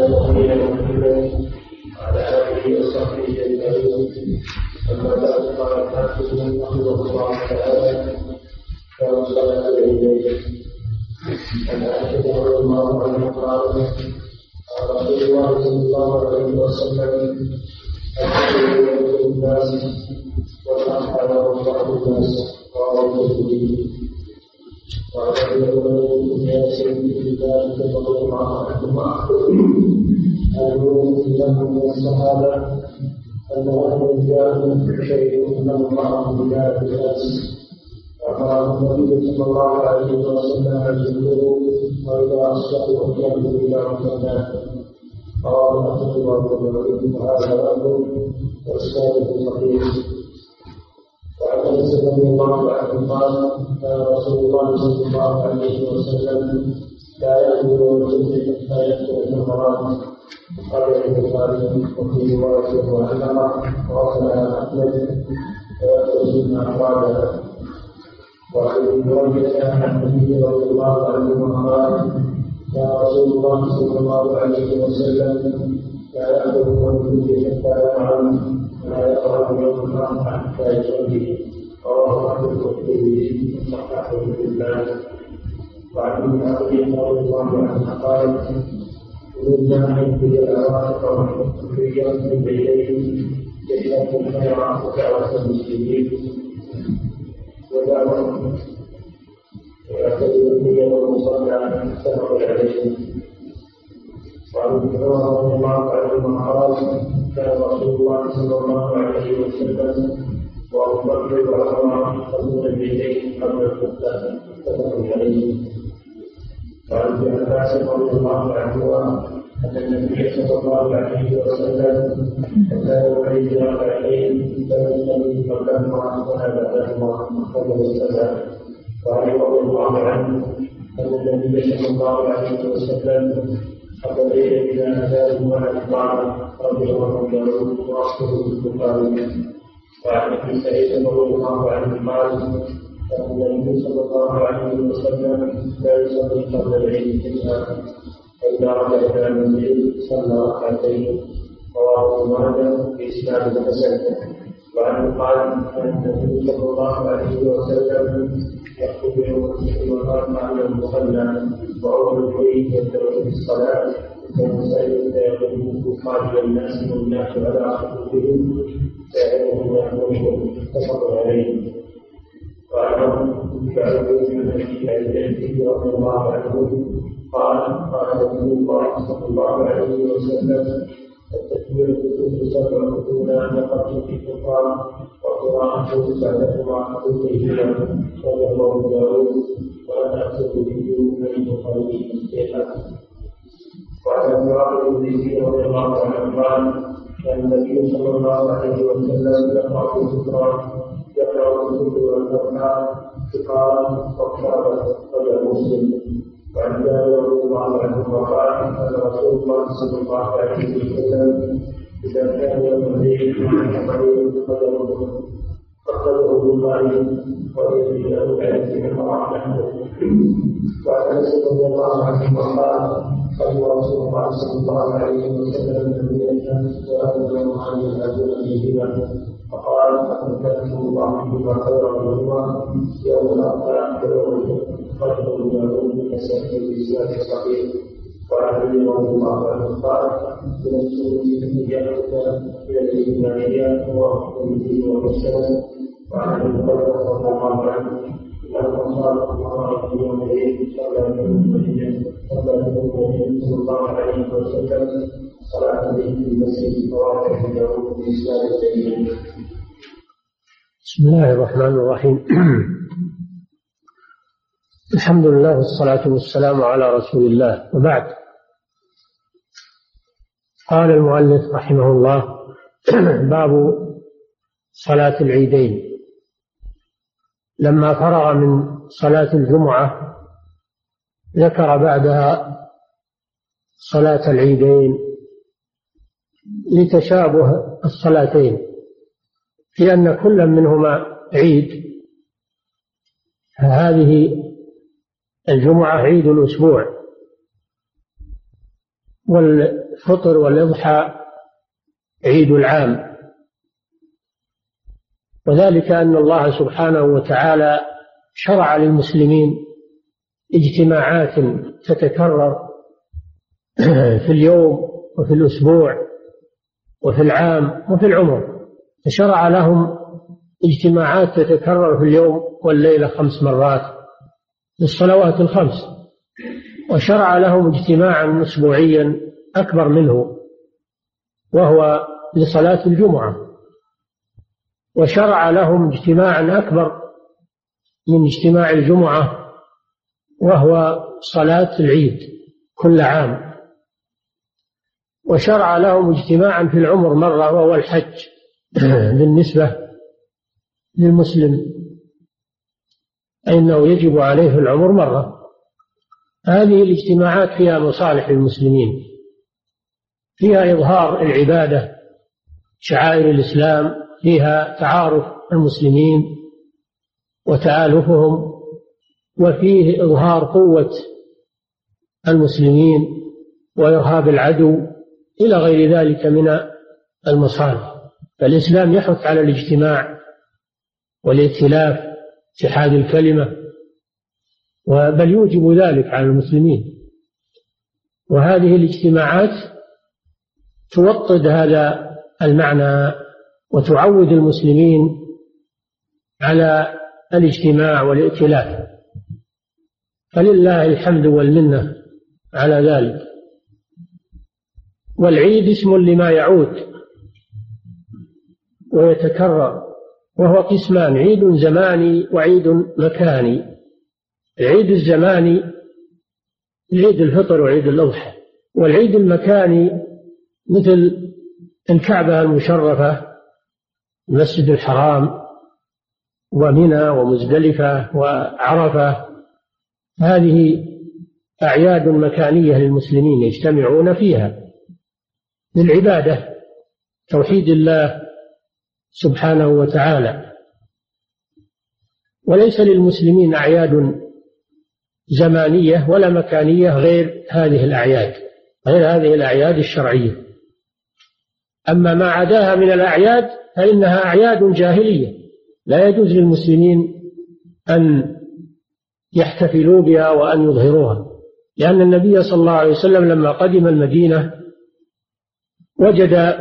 نبينا محمد وعلى آله وصحبه أجمعين. أما بعد قال الحافظ رحمه الله تعالى كما صلى إليه عن عائشة رضي الله عنها قالت قال رسول الله صلى الله عليه وسلم الخير الناس والأرحم وصحب الناس رواه الترمذي. وعن ابي هريره يا سيدي الله رضي الله عنهما انه من الصحابه ان رجلا جاء شيء من الله بذات الناس فامره النبي صلى الله عليه وسلم ان يذكروا واذا اصبحوا اكرموا الى ربنا رواه احمد وابو داود وهذا امر واسناده صحيح. وعن انس رضي الله عنه قال كان رسول الله صلى الله عليه وسلم لا يأكل ويصلي حتى يأكل الثمرات قال البخاري وفي رواية وعلمة وصلها أحمد ويأكل من أحوالها. وعن ابن رجل عن النبي رضي الله عنه قال كان رسول الله صلى الله عليه وسلم لا يأكل ويصلي حتى ينام ولا يقرأ يوم الآخر حتى يصلي رواه أحمد والترمذي وصححه الألباني. وعن ابن عباس رضي الله عنه قال أمرنا أن نحيي العواتق والحرية من بينهم يشهد الخير ودعوة المسلمين ودعوة ويعتدي النية والمصلى متفق عليه. وعن ابن عمر رضي الله عنهما قال كان رسول الله صلى الله عليه وسلم وأبو بكر وعمر يصلون البيتين قبل الخطبة متفق عليه. وعن ابن عباس رضي الله عنهما أن النبي صلى الله عليه وسلم كان يعيد ركعتين فيصلي قبلهما ولا بعدهما قبل الصلاة. وعن رضي الله عنه أن النبي صلى الله عليه وسلم قبل إذا أتاه ولا إقامة رجل من داود وأصله البخاري. وعن ابن سعيد رضي الله عنه قال كان النبي صلى الله عليه وسلم لا يصلي قبل العيد شيئا فإذا رجع إلى المسجد صلى ركعتين رواه ابن ماجه بإسناد حسن. وعنه قال أن النبي صلى الله عليه وسلم يخطب يوم الفتح والأربع من المصلى وأول الحديث يبدأ بالصلاة فيسأل فيقول خارج الناس والناس على خطوبهم فيعلمهم يحملهم متفق عليه. وعنه بعد من الذي رضي الله عنه قال قال رسول الله صلى الله عليه وسلم التكبير بالكفر سبع ركوعا نقص في القرآن وقراءته بعدهما كلهما رواه أبو داود ولا أحسب به من البخاري شيئا. وعن ابن عباس رضي الله عنه قال كان النبي صلى الله عليه وسلم يقرأ في القرآن يقرأ في الكتب والقرآن فقال وكتابه رجل مسلم. وعن جابر رضي الله عنه قال كان رسول الله صلى الله عليه وسلم إذا كان يوم الليل قدره بالله ويزيد له عليه الحرام. وعن انس رضي الله عنه قال قال رسول الله صلى الله عليه وسلم الذين سألوا عن الأجر فيهما فقال أتكلم الله بما خيرا منهما يوم الآخر رجل يقول كسبت بالإسلام صحيح. وعن علي رضي الله عنه قال من السنة أن يأخذ إلى الإيمانية والتنزيل والسنة. وعن ابي هريرة رضي الله عنه أنه صار الله يوم العيد صلى النبي صلى الله عليه وسلم صلاة الليل في المسجد رواه أبو داود بإسناد جيد. بسم الله الرحمن الرحيم. الحمد لله والصلاة والسلام على رسول الله وبعد. قال المؤلف رحمه الله باب صلاة العيدين. لما فرغ من صلاة الجمعة ذكر بعدها صلاة العيدين لتشابه الصلاتين لأن كل منهما عيد. هذه الجمعة عيد الأسبوع والفطر والإضحى عيد العام، وذلك أن الله سبحانه وتعالى شرع للمسلمين اجتماعات تتكرر في اليوم وفي الأسبوع وفي العام وفي العمر، فشرع لهم اجتماعات تتكرر في اليوم والليلة 5 مرات للصلوات الخمس، وشرع لهم اجتماعا أسبوعيا أكبر منه وهو لصلاة الجمعة، وشرع لهم اجتماعا أكبر من اجتماع الجمعة وهو صلاة العيد كل عام، وشرع لهم اجتماعا في العمر مرة وهو الحج بالنسبة للمسلم، أنه يجب عليه في العمر مرة. هذه الاجتماعات فيها مصالح المسلمين، فيها إظهار العبادة شعائر الإسلام، فيها تعارف المسلمين وتآلفهم، وفيه إظهار قوة المسلمين وإرهاب العدو إلى غير ذلك من المصالح. فالإسلام يحث على الاجتماع والائتلاف، اتحاد الكلمة، بل يوجب ذلك على المسلمين. وهذه الاجتماعات توطد هذا المعنى وتعود المسلمين على الاجتماع والائتلاف، فلله الحمد والمنة على ذلك. والعيد اسم لما يعود ويتكرر، وهو قسمان: عيد زماني وعيد مكاني. العيد الزماني عيد الفطر وعيد الأضحى، والعيد المكاني مثل الكعبة المشرفة، المسجد الحرام، ومنى ومزدلفة وعرفة. هذه أعياد مكانية للمسلمين يجتمعون فيها للعبادة، توحيد الله سبحانه وتعالى. وليس للمسلمين أعياد زمانية ولا مكانية غير هذه الأعياد، غير هذه الأعياد الشرعية. أما ما عداها من الأعياد فإنها أعياد جاهلية لا يجوز للمسلمين أن يحتفلوا بها وأن يظهروها، لأن النبي صلى الله عليه وسلم لما قدم المدينة وجد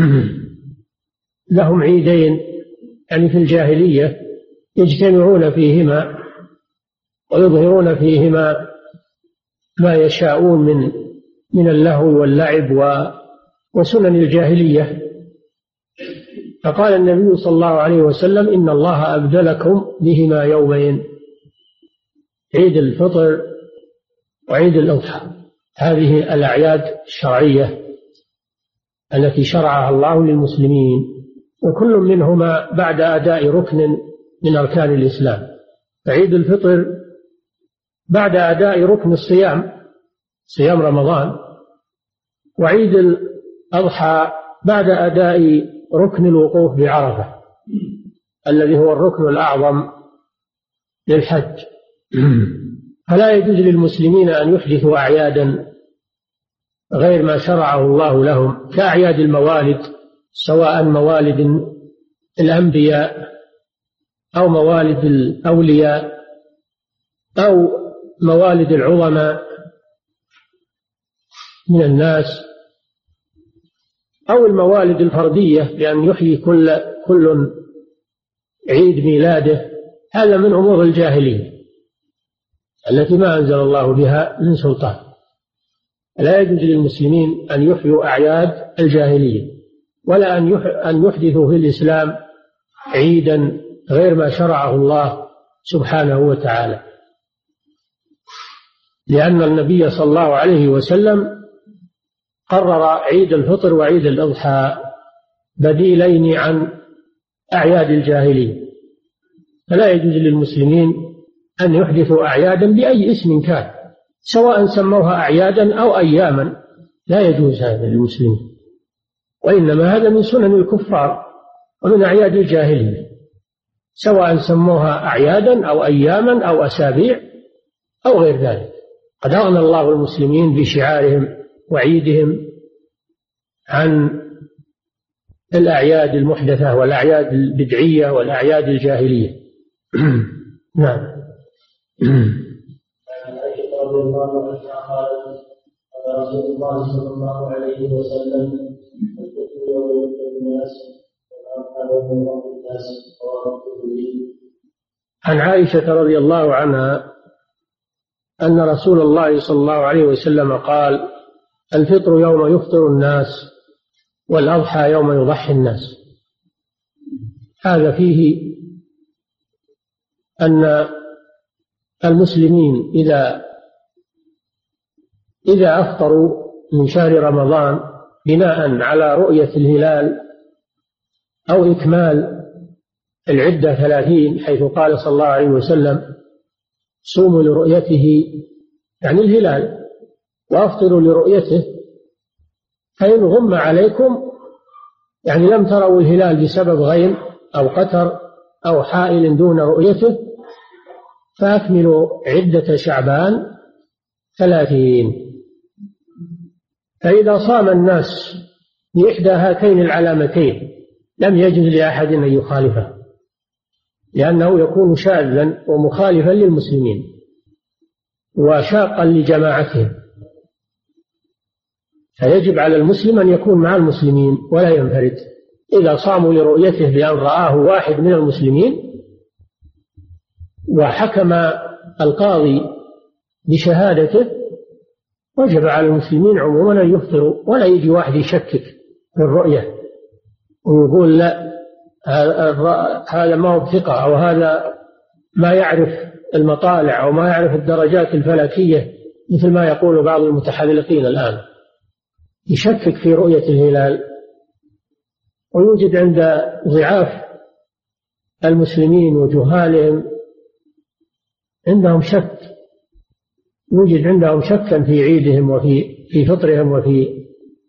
لهم عيدين يعني في الجاهلية يجتمعون فيهما ويظهرون فيهما ما يشاءون من اللهو واللعب وسنن الجاهلية. فقال النبي صلى الله عليه وسلم: إن الله أبدلكم بهما يومين، عيد الفطر وعيد الأضحى. هذه الأعياد الشرعية التي شرعها الله للمسلمين، وكل منهما بعد أداء ركن من أركان الإسلام. فعيد الفطر بعد أداء ركن الصيام، صيام رمضان، وعيد الأضحى بعد أداء ركن الوقوف بعرفة الذي هو الركن الأعظم للحج. فلا يجوز للمسلمين أن يحدثوا أعيادا غير ما شرعه الله لهم، كأعياد الموالد، سواء موالد الأنبياء أو موالد الأولياء أو موالد العظماء من الناس، أو الموالد الفردية بأن يحيي كل عيد ميلاده. هذا من أمور الجاهلية التي ما أنزل الله بها من سلطان. لا يجوز للمسلمين أن يحيوا أعياد الجاهلية، ولا أن يحدثوا في الإسلام عيدا غير ما شرعه الله سبحانه وتعالى، لأن النبي صلى الله عليه وسلم قرر عيد الفطر وعيد الأضحى بديلين عن أعياد الجاهلية. فلا يجوز للمسلمين أن يحدثوا أعيادا بأي اسم كان، سواء سموها أعيادا أو أياما، لا يجوز هذا للمسلمين، وإنما هذا من سنن الكفار ومن أعياد الجاهلية، سواء سموها أعيادا أو أياما أو أسابيع أو غير ذلك. قد أغنى الله المسلمين بشعارهم وعيدهم عن الأعياد المحدثة والأعياد البدعية والأعياد الجاهلية. نعم. عن عائشة رضي الله عنها قالت قال رسول الله صلى الله عليه وسلم الفطر يوم الناس والأضحى يوم الناس رواه الترمذي. عن عائشة رضي الله عنها أن رسول الله صلى الله عليه وسلم قال الفطر يوم يفطر الناس والأضحى يوم يضحي الناس. هذا فيه أن المسلمين إذا أفطروا من شهر رمضان بناء على رؤية الهلال أو إكمال العدة 30 حيث قال صلى الله عليه وسلم صوموا لرؤيته يعني الهلال وأفطروا لرؤيته، فإن غم عليكم يعني لم تروا الهلال بسبب غيم أو قتر أو حائل دون رؤيته فأكملوا عدة شعبان 30. فإذا صام الناس بإحدى هاتين العلامتين لم يجوز لأحد أن يخالفه، لأنه يكون شاذا ومخالفا للمسلمين وشاقا لجماعتهم، فيجب على المسلم أن يكون مع المسلمين ولا ينفرد. إذا صاموا لرؤيته بأن رآه واحد من المسلمين وحكم القاضي بشهادته وجب على المسلمين عموما أن يفطروا، ولا يجي واحد يشكك في الرؤية ويقول لا هذا ما هو بثقة أو هذا ما يعرف المطالع أو ما يعرف الدرجات الفلكية مثل ما يقول بعض المتحذلقين الآن، يشكك في رؤية الهلال. ويوجد عند ضعاف المسلمين وجهالهم عندهم شك، يوجد عندهم شكا في عيدهم وفي فطرهم وفي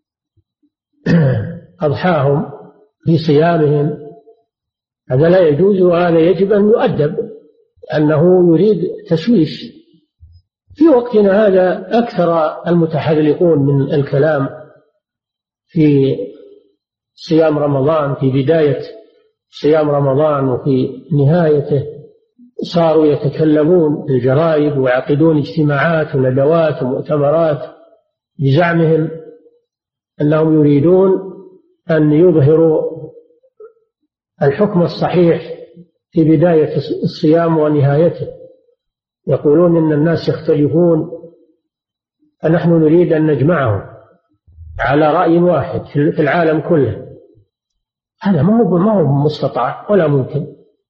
أضحاهم في صيامهم. هذا لا يجوز وهذا يجب أن يؤدب، أنه يريد تشويش. في وقتنا هذا أكثر المتحذلقون من الكلام في صيام رمضان، في بداية صيام رمضان وفي نهايته صاروا يتكلمون في الجرائد ويعقدون اجتماعات وندوات ومؤتمرات بزعمهم أنهم يريدون أن يظهروا الحكم الصحيح في بداية الصيام ونهايته. يقولون إن الناس يختلفون فنحن نريد أن نجمعهم على رأي واحد في العالم كله. هذا ما هو مستطاع ولا ممكن،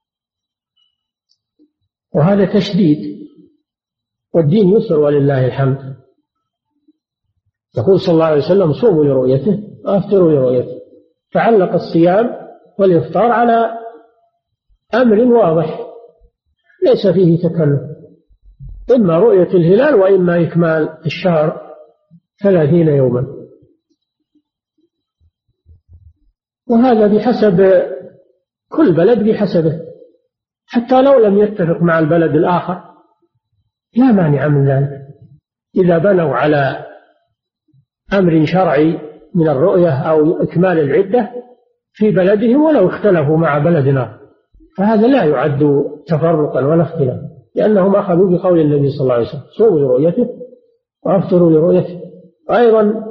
وهذا تشديد، والدين يسر ولله الحمد. يقول صلى الله عليه وسلم صوموا لرؤيته وافطروا لرؤيته، فعلق الصيام والإفطار على أمر واضح ليس فيه تكلف، إما رؤية الهلال وإما إكمال الشهر 30 يوما. وهذا بحسب كل بلد بحسبه، حتى لو لم يتفق مع البلد الآخر لا مانع من ذلك. إذا بنوا على أمر شرعي من الرؤية أو إكمال العدة في بلدهم ولو اختلفوا مع بلد آخر فهذا لا يعد تفرقا ولا اختلاف، لأنهم أخذوا بقول النبي صلى الله عليه وسلم صوموا لرؤيته وأفطروا لرؤيته. أيضا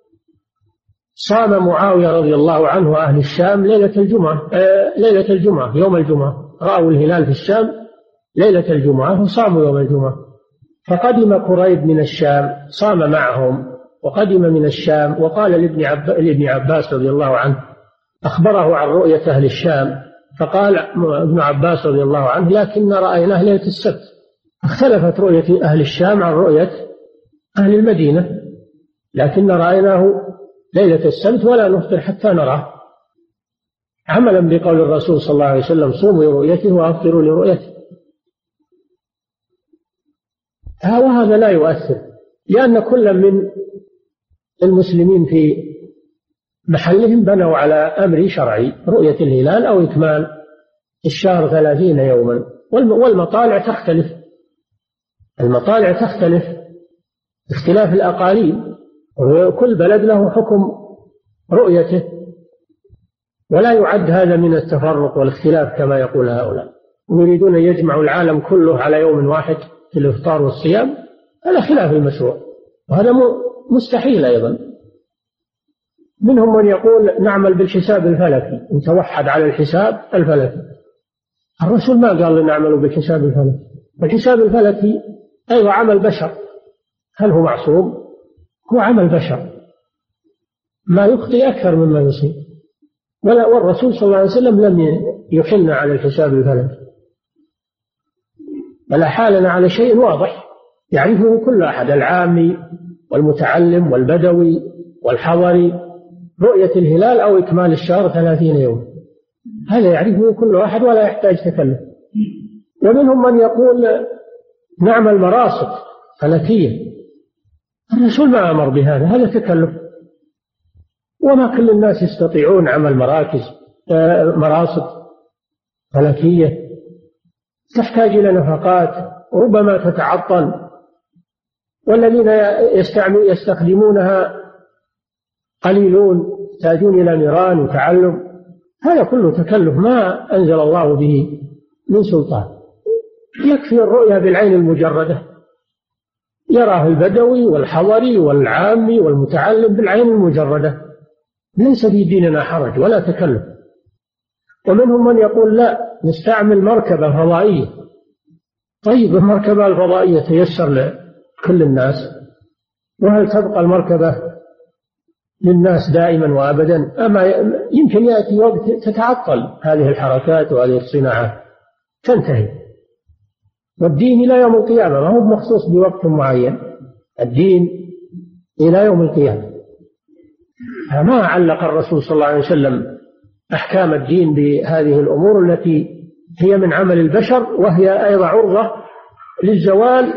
صام معاوية رضي الله عنه أهل الشام ليلة الجمعة يوم الجمعة، رأوا الهلال في الشام ليلة الجمعة وصاموا يوم الجمعة. فقدم قريب من الشام صام معهم، وقدم من الشام وقال لابن عباس رضي الله عنه أخبره عن رؤية أهل الشام، فقال ابن عباس رضي الله عنه لكن رأيناه ليلة السبت. اختلفت رؤية أهل الشام عن رؤية أهل المدينة، لكن رأيناه ليلة السبت ولا نفطر حتى نراه، عملا بقول الرسول صلى الله عليه وسلم صوموا لرؤيته وأفطروا لرؤيته. وهذا لا يؤثر، لأن كل من المسلمين في محلهم بنوا على أمر شرعي رؤية الهلال أو إكمال الشهر 30 يوما. والمطالع تختلف، المطالع تختلف اختلاف الأقاليم، وكل بلد له حكم رؤيته، ولا يعد هذا من التفرق والاختلاف كما يقول هؤلاء، يريدون أن يجمعوا العالم كله على يوم واحد في الإفطار والصيام. هذا خلاف المشروع، وهذا مستحيل أيضا. منهم من يقول نعمل بالحساب الفلكي، نتوحد على الحساب الفلكي. الرسول ما قال نعمل بالحساب الفلكي، الحساب الفلكي أيضا عمل بشر، هل هو معصوم؟ هو عمل بشر، ما يخطئ أكثر مما يصيب. والرسول صلى الله عليه وسلم لم يحلنا على الحساب الفلكي، بل حالنا على شيء واضح يعرفه كل أحد، العامي والمتعلم والبدوي والحضري، رؤية الهلال أو إكمال الشهر 30 يوم، هذا يعرفه كل أحد ولا يحتاج تكلف. ومنهم من يقول نعمل مراصد فلكية، الرسول ما أمر بهذا، هذا تكلف، وما كل الناس يستطيعون عمل مراصد فلكية، تحتاج إلى نفقات وربما تتعطل، والذين يستخدمونها قليلون يحتاجون إلى نيران وتعلم، هذا كله تكلف ما أنزل الله به من سلطان. يكفي الرؤيا بالعين المجردة، يراه البدوي والحضري والعامي والمتعلم بالعين المجردة، ليس في ديننا حرج ولا تكلف. ومنهم من يقول لا، نستعمل مركبة فضائية. طيب المركبة الفضائية تيسر لكل الناس، وهل تبقى المركبة للناس دائما وأبدا؟ أما يمكن يأتي وقت تتعطل هذه الحركات وهذه الصناعات تنتهي، والدين إلى يوم القيامة، ما هو مخصوص بوقت معين، الدين إلى يوم القيامة. فما علق الرسول صلى الله عليه وسلم أحكام الدين بهذه الأمور التي هي من عمل البشر، وهي أيضا عرضة للزوال،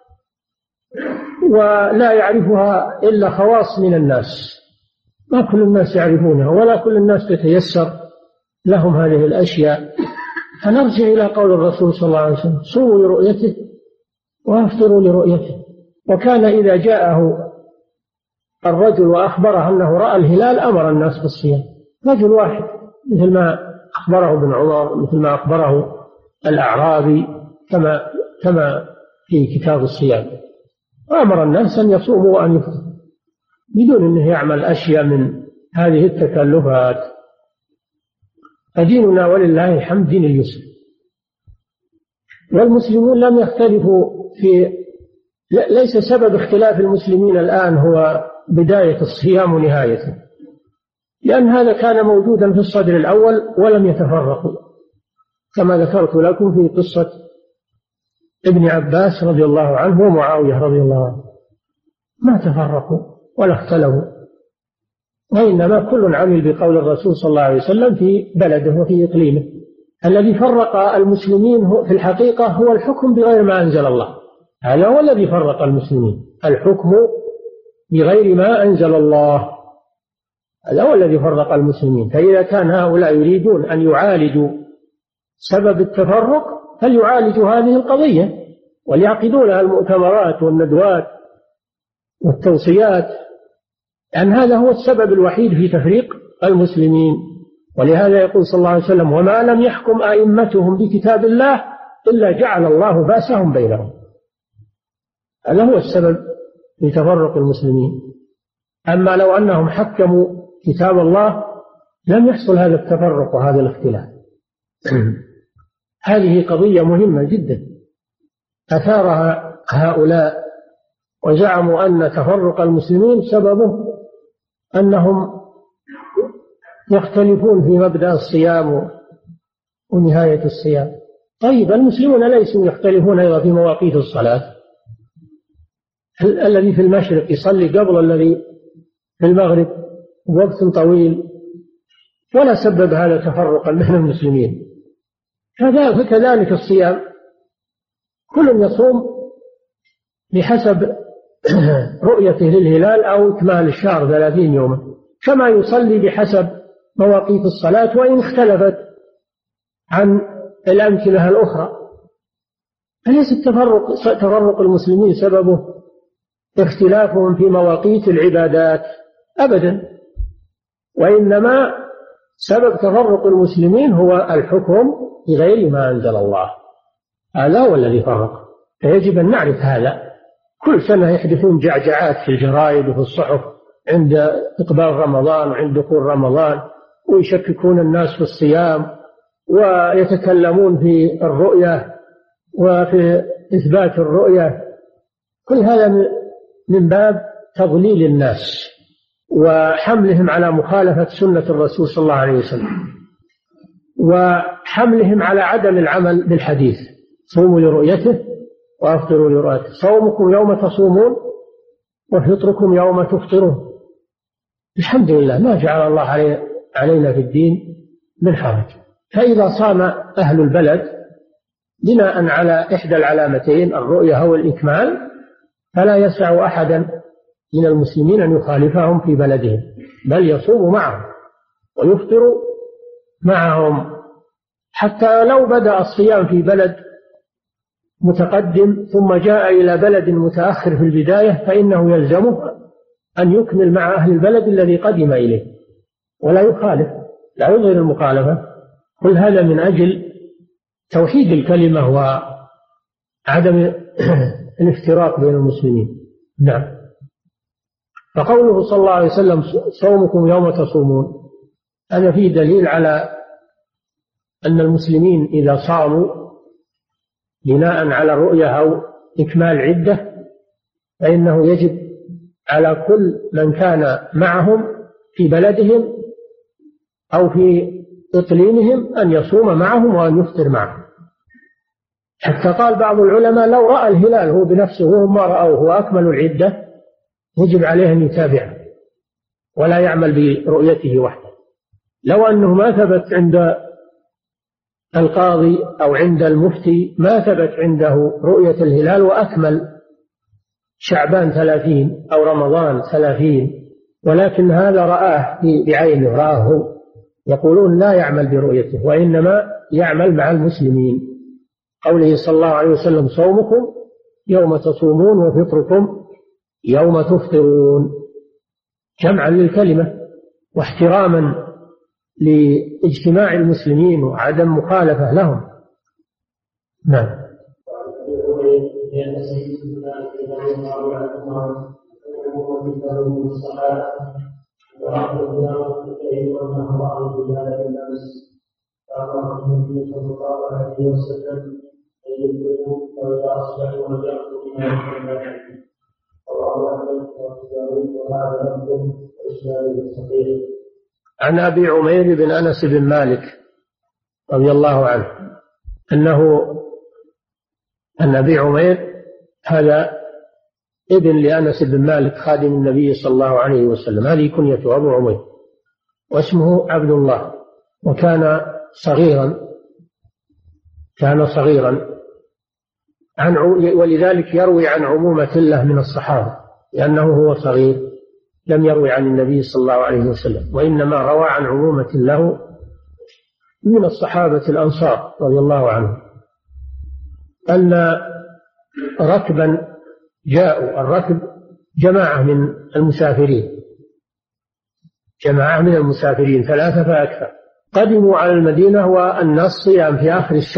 ولا يعرفها إلا خواص من الناس، ما كل الناس يعرفونها، ولا كل الناس تتيسر لهم هذه الأشياء. فنرجع إلى قول الرسول صلى الله عليه وسلم: صوموا لرؤيته وافطروا لرؤيته. وكان إذا جاءه الرجل وأخبره أنه رأى الهلال أمر الناس بالصيام، رجل واحد، مثل ما أخبره ابن عمر، مثل ما أخبره الأعرابي، كما في كتاب الصيام، وأمر الناس أن يصوموا وأن يفطروا بدون أنه يعمل أشياء من هذه التكلفات. فديننا ولله الحمد دين اليسر، والمسلمون لم يختلفوا ليس سبب اختلاف المسلمين الآن هو بداية الصيام ونهايته، لأن هذا كان موجودا في الصدر الأول ولم يتفرقوا، كما ذكرت لكم في قصة ابن عباس رضي الله عنه ومعاوية رضي الله عنه، ما تفرقوا ولا اختلفوا، وإنما كل عمل بقول الرسول صلى الله عليه وسلم في بلده وفي إقليمه. الذي فرق المسلمين في الحقيقة هو الحكم بغير ما أنزل الله، هذا هو الذي فرق المسلمين، الحكم بغير ما أنزل الله، هذا هو الذي فرق المسلمين. فإذا كان هؤلاء يريدون أن يعالجوا سبب التفرق فليعالجوا هذه القضية وليعقدوا لها المؤتمرات والندوات والتوصيات، لأن هذا هو السبب الوحيد في تفريق المسلمين. ولهذا يقول صلى الله عليه وسلم: وما لم يحكم أئمتهم بكتاب الله إلا جعل الله بأسهم بينهم. هذا هو السبب في تفرق المسلمين. أما لو أنهم حكموا كتاب الله لم يحصل هذا التفرق وهذا الاختلاف. هذه قضية مهمة جدا أثارها هؤلاء، وزعموا أن تفرق المسلمين سببه أنهم يختلفون في مبدأ الصيام ونهاية الصيام. طيب المسلمون ليسوا يختلفون أيضا في مواقيت الصلاة؟ الذي في المشرق يصلي قبل الذي في المغرب بوقت طويل، ولا سبب هذا تفرقا بين المسلمين. فكذلك الصيام، كل يصوم بحسب رؤيته للهلال أو إكمال الشهر 30 يوما، كما يصلي بحسب مواقيت الصلاة وإن اختلفت عن الأمثلة الأخرى. أليس تفرق المسلمين سببه اختلافهم في مواقيت العبادات أبدا، وإنما سبب تفرق المسلمين هو الحكم بغير ما أنزل الله، هذا هو الذي فرق. فيجب أن نعرف هذا. كل سنة يحدثون جعجعات في الجرائد وفي الصحف عند إقبال رمضان وعند دخول رمضان، ويشككون الناس في الصيام، ويتكلمون في الرؤية وفي إثبات الرؤية. كل هذا من باب تضليل الناس وحملهم على مخالفة سنة الرسول صلى الله عليه وسلم، وحملهم على عدم العمل بالحديث: صوموا لرؤيته وأفطروا لرؤيته، صومكم يوم تصومون وفطركم يوم تفطرون. الحمد لله ما جعل الله علينا في الدين من حرج. فإذا صام أهل البلد بناء على إحدى العلامتين الرؤية أو الإكمال، فلا يسع أحدا من المسلمين أن يخالفهم في بلدهم، بل يصوم معهم ويفطر معهم. حتى لو بدأ الصيام في بلد متقدم ثم جاء إلى بلد متأخر في البداية، فإنه يلزمه أن يكمل مع أهل البلد الذي قدم إليه ولا يخالف، لا يظهر المخالفة. كل هذا من أجل توحيد الكلمة وعدم الافتراق بين المسلمين. نعم. فقوله صلى الله عليه وسلم: صومكم يوم تصومون، هذا فيه دليل على أن المسلمين إذا صاموا بناء على الرؤية أو إكمال عدة، فإنه يجب على كل من كان معهم في بلدهم أو في إقليمهم أن يصوم معهم وأن يفطر معهم. حتى قال بعض العلماء: لو رأى الهلال هو بنفسه وهم ما رأوه وأكملوا العدة، يجب عليه أن يتابعه ولا يعمل برؤيته وحده. لو أنه ما ثبت عند القاضي أو عند المفتي، ما ثبت عنده رؤية الهلال وأكمل شعبان 30 أو رمضان 30، ولكن هذا رآه بعينه، رآه، يقولون لا يعمل برؤيته وإنما يعمل مع المسلمين. قوله صلى الله عليه وسلم: صومكم يوم تصومون وفطركم يوم تفطرون، جمعا للكلمة واحتراما لاجتماع المسلمين وعدم مخالفة لهم. نعم. عن أبي عمير بن أنس بن مالك رضي الله عنه أن أبي عمير هذا ابن لأنس بن مالك خادم النبي صلى الله عليه وسلم، هذه كنيته أبو عمير، واسمه عبد الله، وكان صغيرا ولذلك يروي عن عمومة له من الصحابة، لأنه هو صغير لم يروي عن النبي صلى الله عليه وسلم، وإنما روى عن عمومة له من الصحابة الأنصار رضي الله عنهم، أن ركبا جاءوا، الركب جماعة من المسافرين 3 فأكثر، قدموا على المدينة والناس صيام في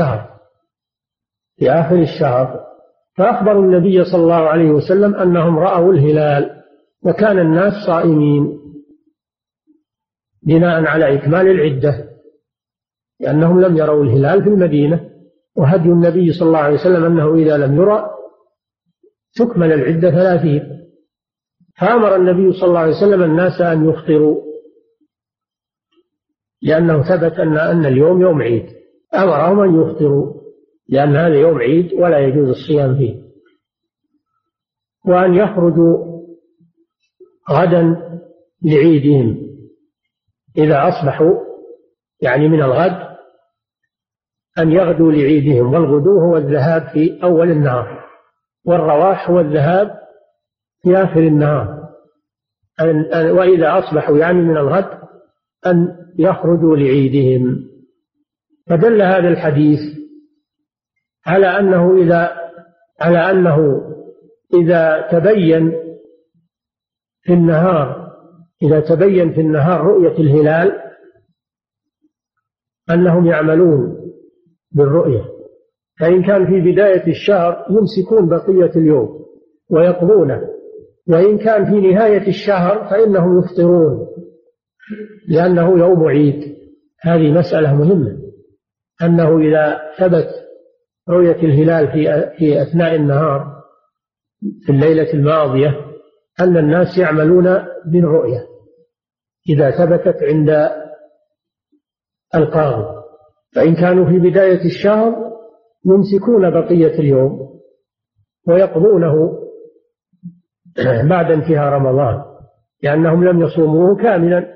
آخر الشهر، فأخبروا النبي صلى الله عليه وسلم أنهم رأوا الهلال، وكان الناس صائمين بناء على إكمال العدة، لأنهم لم يروا الهلال في المدينة، وهدي النبي صلى الله عليه وسلم أنه إذا لم يرى تكمل العدة 30. فأمر النبي صلى الله عليه وسلم الناس أن يفطروا، لأنه ثبت أن اليوم يوم عيد، أمرهم أن يفطروا لأن هذا يوم عيد ولا يجوز الصيام فيه، وأن يخرجوا غدا لعيدهم إذا أصبحوا، يعني من الغد أن يغدوا لعيدهم، والغدو هو الذهاب في أول النهار، والرواح هو الذهاب في آخر النهار، وإذا أصبحوا يعني من الغد أن يخرجوا لعيدهم. فدل هذا الحديث على أنه إذا تبين في النهار إذا تبين في النهار رؤية الهلال أنهم يعملون بالرؤية، فإن كان في بداية الشهر يمسكون بقية اليوم ويقضونه، وإن كان في نهاية الشهر فإنهم يفطرون لأنه يوم عيد. هذه مسألة مهمة، أنه إذا ثبت رؤية الهلال في أثناء النهار في الليلة الماضية أن الناس يعملون بالرؤية إذا ثبتت عند القاضي، فإن كانوا في بداية الشهر يمسكون بقية اليوم ويقضونه بعد انتهاء رمضان لأنهم لم يصوموه كاملا،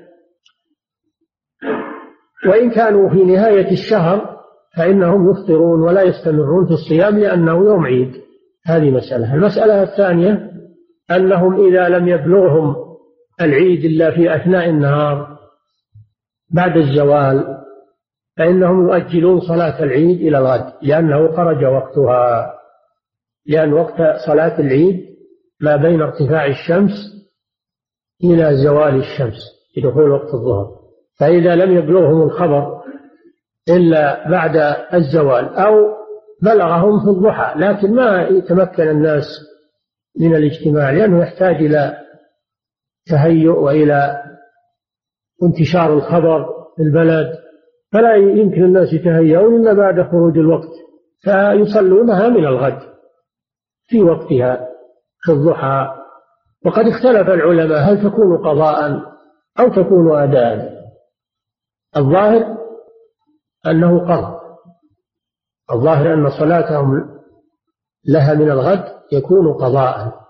وإن كانوا في نهاية الشهر فإنهم يفطرون ولا يستمرون في الصيام لأنه يوم عيد. هذه مسألة. المسألة الثانية أنهم إذا لم يبلغهم العيد إلا في أثناء النهار بعد الزوال فإنهم يؤجلون صلاة العيد إلى الغد لأنه خرج وقتها، لأن وقت صلاة العيد ما بين ارتفاع الشمس إلى زوال الشمس في دخول وقت الظهر، فإذا لم يبلغهم الخبر إلا بعد الزوال أو بلغهم في الضحى لكن ما يتمكن الناس من الاجتماع لأنه يحتاج إلى تهيؤ وإلى انتشار الخبر في البلد، فلا يمكن الناس يتهيئون إلا بعد خروج الوقت، فيصلونها من الغد في وقتها في الضحى. وقد اختلف العلماء هل تكون قضاء أو تكون أداء. الظاهر أنه قضاء، الظاهر أن صلاتهم لها من الغد يكون قضاء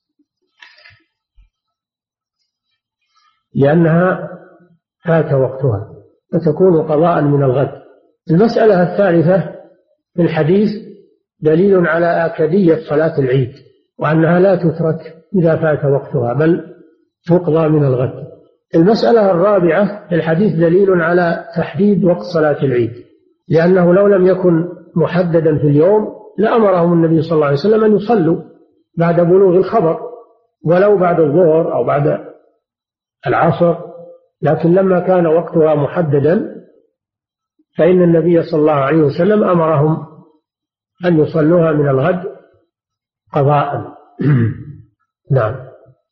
لأنها فات وقتها فتكون قضاء من الغد. المسألة الثالثة في الحديث دليل على آكدية صلاة العيد وأنها لا تترك إذا فات وقتها بل تقضى من الغد. المسألة الرابعة في الحديث دليل على تحديد وقت صلاة العيد، لأنه لو لم يكن محددا في اليوم لأمرهم النبي صلى الله عليه وسلم أن يصلوا بعد بلوغ الخبر ولو بعد الظهر أو بعد العصر، لكن لما كان وقتها محددا فإن النبي صلى الله عليه وسلم أمرهم أن يصلوها من الغد قضاء. نعم.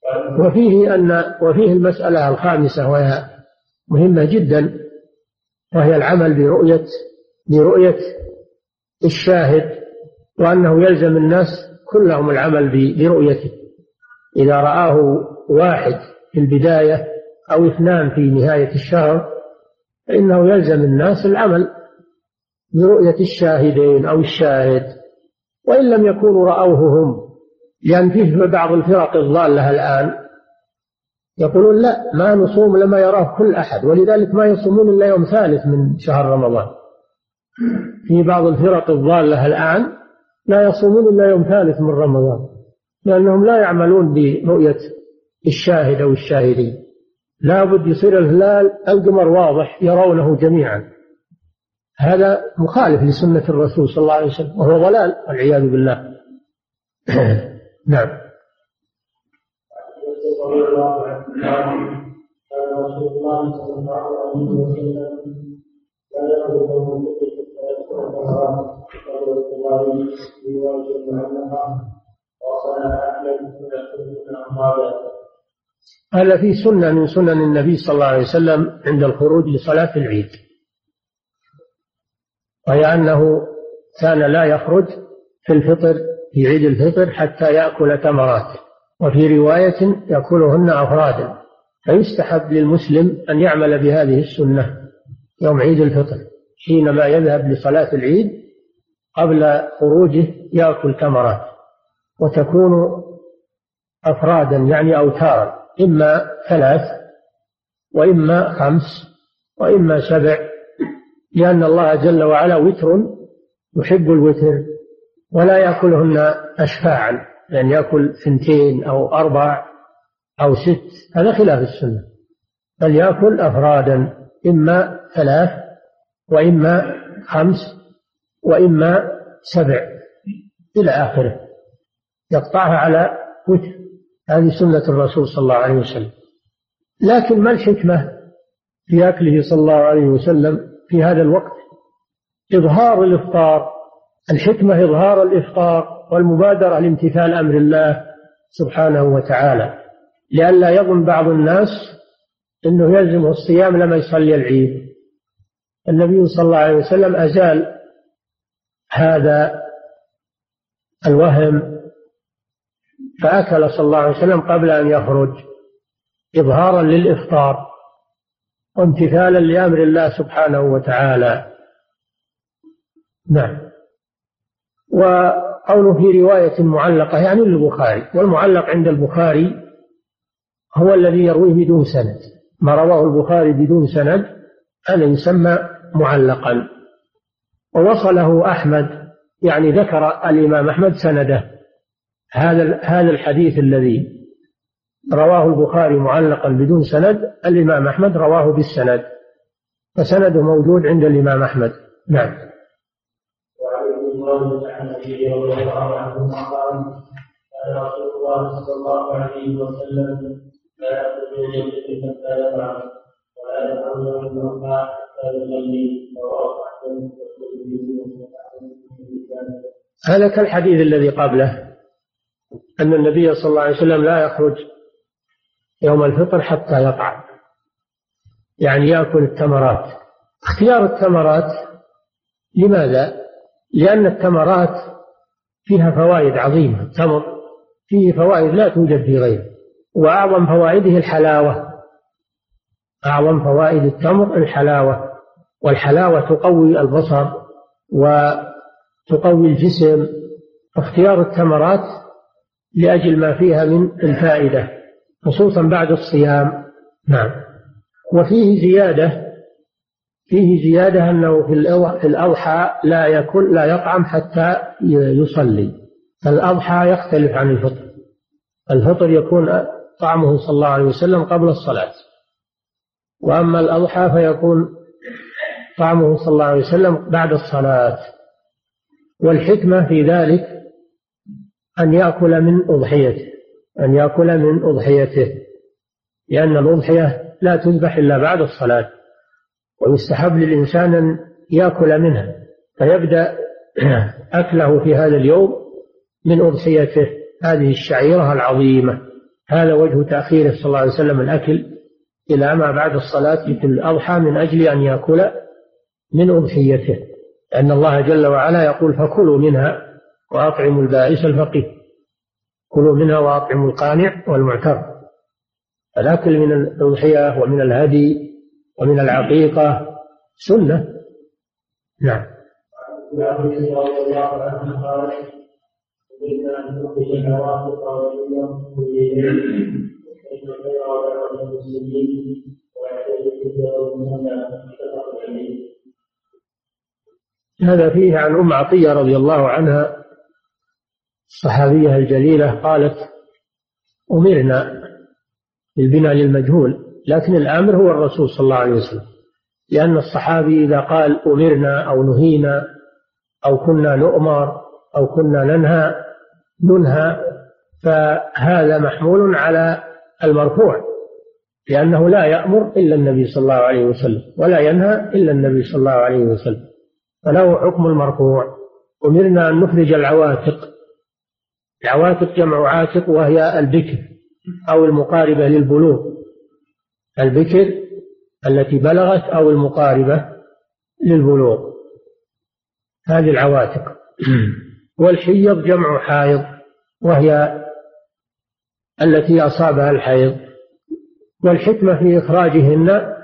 وفيه المسألة الخامسة وهي مهمة جدا، وهي العمل برؤية الشاهد، وأنه يلزم الناس كلهم العمل برؤيته. إذا رآه واحد في البداية أو اثنان في نهاية الشهر فإنه يلزم الناس العمل برؤية الشاهدين أو الشاهد، وإن لم يكونوا رأوه هم، لأن فيه بعض الفرق الضالة الآن يقولون لا ما نصوم لما يراه كل أحد، ولذلك ما يصومون إلا يوم ثالث من شهر رمضان. في بعض الفرق الضالة الآن لا يصومون إلا يوم ثالث من رمضان لأنهم لا يعملون برؤية الشاهد أو الشاهدين، لا بد يصير الهلال القمر واضح يرونه جميعا. هذا مخالف لسنة الرسول صلى الله عليه وسلم وهو ضلال والعياذ بالله. نعم. رسول الله صلى الله عليه وسلم هذا في سنة من سنن النبي صلى الله عليه وسلم عند الخروج لصلاة العيد، وهي أنه كان لا يخرج في الفطر في عيد الفطر حتى يأكل تمرات، وفي رواية يأكلهن أفرادا، فيستحب للمسلم أن يعمل بهذه السنة يوم عيد الفطر حينما يذهب لصلاة العيد قبل خروجه يأكل تمرات، وتكون أفرادا يعني أوتارا، إما 3 وإما 5 وإما 7، لأن الله جل وعلا وتر يحب الوتر ولا يأكلهن أشفاعا، يعني يأكل 2 أو 4 أو 6، هذا خلاف السنة، بل يأكل أفرادا إما 3 وإما 5 وإما 7 إلى آخره، يقطعها على وتر هذه سنة الرسول صلى الله عليه وسلم. لكن ما الحكمة في أكله صلى الله عليه وسلم في هذا الوقت؟ إظهار الإفطار. الحكمة إظهار الإفطار والمبادرة لامتثال أمر الله سبحانه وتعالى، لئلا يظن بعض الناس أنه يلزمه الصيام لما يصلي العيد. النبي صلى الله عليه وسلم أزال هذا الوهم، فأكل صلى الله عليه وسلم قبل أن يخرج إظهارا للإفطار وامتثالا لأمر الله سبحانه وتعالى. نعم. وقوله في رواية معلقة يعني للبخاري، والمعلق عند البخاري هو الذي يرويه بدون سند. ما رواه البخاري بدون سند هذا يسمى معلقا. ووصله أحمد، يعني ذكر الإمام أحمد سنده. هذا الحديث الذي رواه البخاري معلقا بدون سند الإمام أحمد رواه بالسند، فسنده موجود عند الإمام أحمد. نعم. وعن الله عن النبي رضي الله عنه قال كان رسول الله صلى الله عليه وسلم لا يأخذ يوم حتى يطعم ولا يأخذ من الله حتى يصلي. رواه أحمد. هذا كالحديث الذي قبله أن النبي صلى الله عليه وسلم لا يخرج يوم الفطر حتى يطعم، يعني يأكل التمرات. اختيار التمرات لماذا؟ لأن التمرات فيها فوائد عظيمة. التمر فيه فوائد لا توجد في غيره، وأعظم فوائده الحلاوة. أعظم فوائد التمر الحلاوة، والحلاوة تقوي البصر وتقوي الجسم. اختيار التمرات لأجل ما فيها من الفائدة خصوصا بعد الصيام. نعم. وفيه زيادة أنه في الأضحى لا يطعم حتى يصلي. الأضحى يختلف عن الفطر. الفطر يكون طعمه صلى الله عليه وسلم قبل الصلاة، وأما الأضحى فيكون طعمه صلى الله عليه وسلم بعد الصلاة. والحكمة في ذلك أن يأكل من أضحيته، لأن الأضحية لا تذبح إلا بعد الصلاة، ويستحب للإنسان أن يأكل منها، فيبدأ أكله في هذا اليوم من أضحيته هذه الشعيرة العظيمة. هذا وجه تأخيره صلى الله عليه وسلم الأكل إلى ما بعد الصلاة في الأضحى، من أجل أن يأكل من أضحيته، لأن الله جل وعلا يقول فكلوا منها وأطعموا البائس الفقير. كلوا منها وأطعموا القانع والمعتر. الأكل من الأضحية ومن الهدي ومن العقيقة سنة. نعم. هذا فيه عن أم عطية رضي الله عنها الصحابية الجليلة قالت أمرنا بالبناء للمجهول، لكن الأمر هو الرسول صلى الله عليه وسلم، لأن الصحابي إذا قال أمرنا أو نهينا أو كنا نؤمر أو كنا ننهى فهذا محمول على المرفوع، لأنه لا يأمر إلا النبي صلى الله عليه وسلم ولا ينهى إلا النبي صلى الله عليه وسلم، فله حكم المرفوع. أمرنا أن نخرج العواتق. العواتق جمع عاتق، وهي البكر أو المقاربة للبلوغ. البكر التي بلغت أو المقاربة للبلوغ، هذه العواتق. والحيض جمع حائض، وهي التي أصابها الحيض. والحكمة في إخراجهن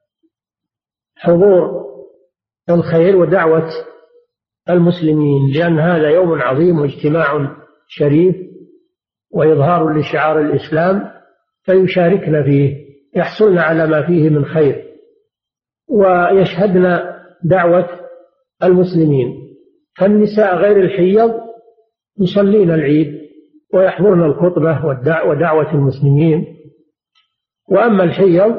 حضور الخير ودعوة المسلمين، لأن هذا يوم عظيم واجتماع شريف وإظهار لشعار الإسلام، فيشاركن فيه، يحصلن على ما فيه من خير، ويشهدن دعوة المسلمين. فالنساء غير الحيض يصلين العيد ويحضرن الخطبة ودعوة المسلمين، وأما الحيض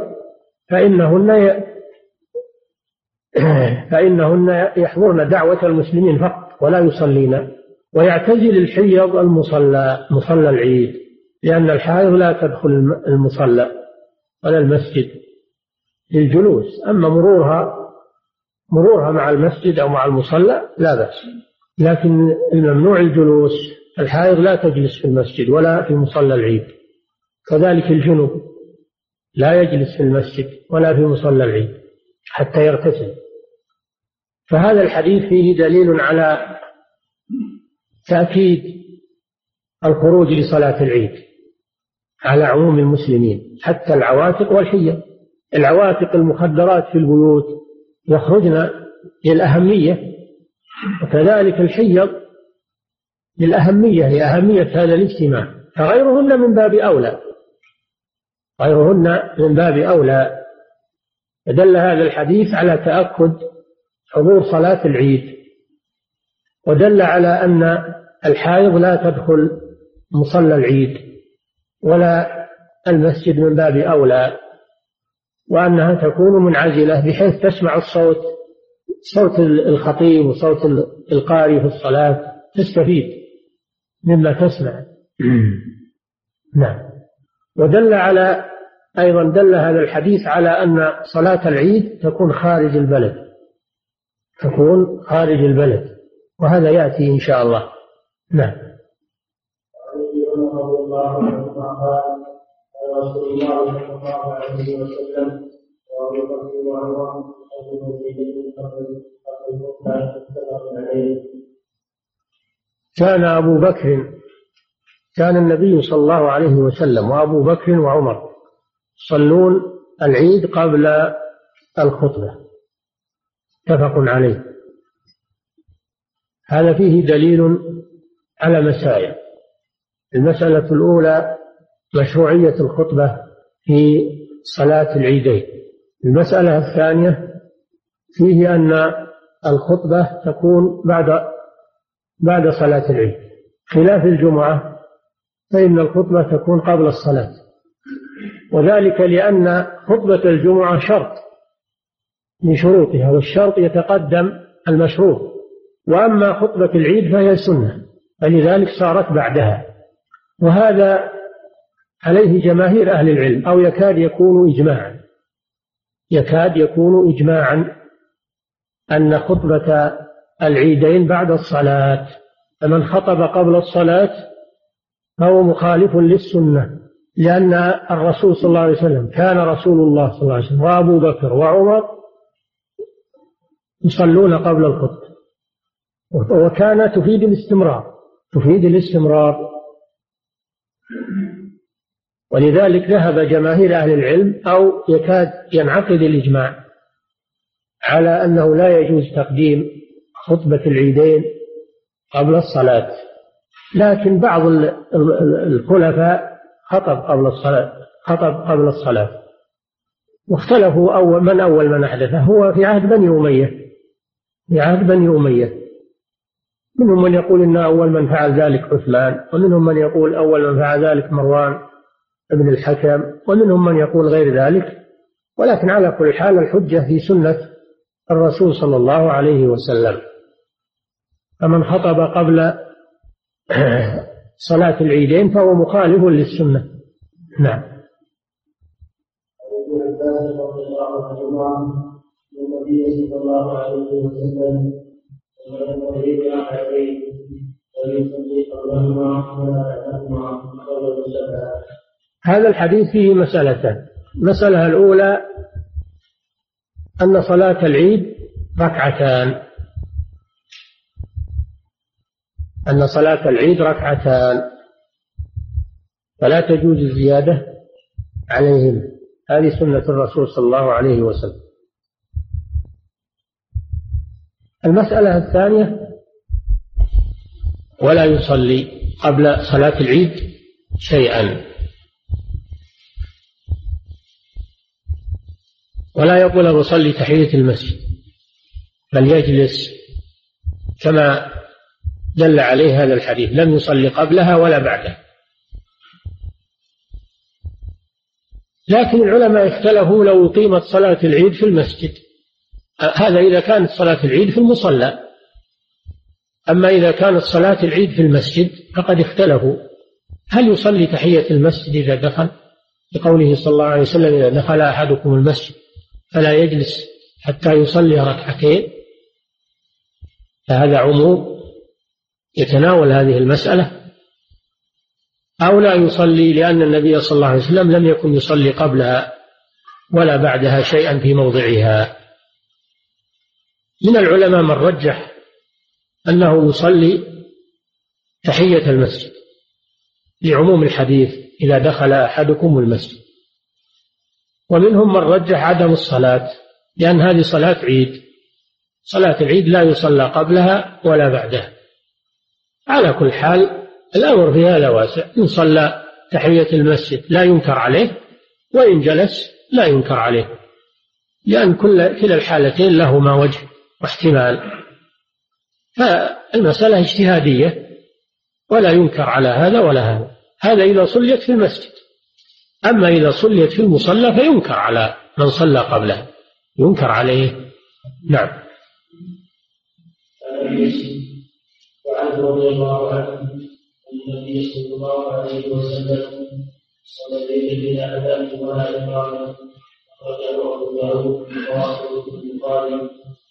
فإنهن يحضرن دعوة المسلمين فقط ولا يصلين. ويعتزل الحيض مصلى العيد، لأن الحائض لا تدخل المصلى ولا المسجد للجلوس، أما مرورها مع المسجد أو مع المصلى لا بأس، لكن الممنوع الجلوس. الحائض لا تجلس في المسجد ولا في مصلى العيد، كذلك الجنوب لا يجلس في المسجد ولا في مصلى العيد حتى يغتسل. فهذا الحديث فيه دليل على تأكيد الخروج لصلاة العيد على عموم المسلمين، حتى العواتق والحيض. العواتق المخدرات في البيوت يخرجن للأهمية، وكذلك الحيض لأهمية هذا الاجتماع، فغيرهن من باب أولى، فدل هذا الحديث على تأكد حضور صلاة العيد، ودل على أن الحائض لا تدخل مصلى العيد ولا المسجد من باب أولى، وأنها تكون منعزلة بحيث تسمع الصوت، صوت الخطيب وصوت القارئ في الصلاة، تستفيد مما تسمع. نعم. ودل هذا الحديث على أن صلاة العيد تكون خارج البلد، وهذا يأتي إن شاء الله. نعم. رسول الله صلى الله عليه وسلم وأبو بكر وعمر كان النبي صلى الله عليه وسلم وأبو بكر وعمر يصلون العيد قبل الخطبة، متفق عليه. هذا فيه دليل على مسائل. المسألة الأولى مشروعية الخطبة في صلاة العيدين. المسألة الثانية فيه أن الخطبة تكون بعد صلاة العيد، خلاف الجمعة فإن الخطبة تكون قبل الصلاة، وذلك لأن خطبة الجمعة شرط من شروطها، والشرط يتقدم المشروط، وأما خطبة العيد فهي سنة، فلذلك صارت بعدها. وهذا عليه جماهير أهل العلم، أو يكاد يكون إجماعا أن خطبة العيدين بعد الصلاة، فمن خطب قبل الصلاة فهو مخالف للسنة، لأن الرسول صلى الله عليه وسلم كان رسول الله صلى الله عليه وسلم وأبو بكر وعمر يصلون قبل الخطبة، وكان تفيد الاستمرار. ولذلك ذهب جماهير أهل العلم، أو يكاد ينعقد الإجماع على أنه لا يجوز تقديم خطبة العيدين قبل الصلاة، لكن بعض الخلفاء خطب قبل الصلاة، واختلفوا أول من أحدثه. هو في عهد بني أمية، منهم من يقول إن أول من فعل ذلك عثمان، ومنهم من يقول أول من فعل ذلك مروان ابن الحكم، ومنهم من يقول غير ذلك. ولكن على كل حال الحجة في سنة الرسول صلى الله عليه وسلم، فمن خطب قبل صلاة العيدين فهو مخالف للسنة. نعم. النبي صلى الله عليه وسلم هذا الحديث فيه مسألتان. المسألة الأولى أن صلاة العيد ركعتان، فلا تجوز الزيادة عليهم، هذه سنة الرسول صلى الله عليه وسلم. المسألة الثانية ولا يصلي قبل صلاة العيد شيئا، ولا يقول أصلي تحية المسجد، بل يجلس كما دل عليه هذا الحديث، لم يصلي قبلها ولا بعدها. لكن العلماء اختلفوا لو أقيمت صلاة العيد في المسجد، هذا إذا كانت صلاة العيد في المصلى. أما إذا كانت صلاة العيد في المسجد فقد اختلفوا هل يصلي تحية المسجد إذا دخل؟ لقوله صلى الله عليه وسلم: إذا دخل أحدكم المسجد فلا يجلس حتى يصلي ركعتين. فهذا عموم يتناول هذه المسألة. أو لا يصلي لأن النبي صلى الله عليه وسلم لم يكن يصلي قبلها ولا بعدها شيئا في موضعها. من العلماء من رجح أنه يصلي تحية المسجد لعموم الحديث: إذا دخل أحدكم المسجد. ومنهم من رجح عدم الصلاة، لأن هذه صلاة عيد، صلاة العيد لا يصلى قبلها ولا بعدها. على كل حال الأمر في هذا واسع، إن صلى تحية المسجد لا ينكر عليه، وإن جلس لا ينكر عليه، لأن كلا الحالتين لهما وجه واحتمال. فالمسألة اجتهادية ولا ينكر على هذا ولا هذا. هذا إذا صليت في المسجد. أما إذا صليت في المصلى فينكر على من صلى قبله، ينكر عليه. نعم. وعنه رضي الله عنه أن النبي صلى الله عليه وسلم صلى الليل بلا أذان ولا إقامة، أخرجه أبو داود وواصل البخاري.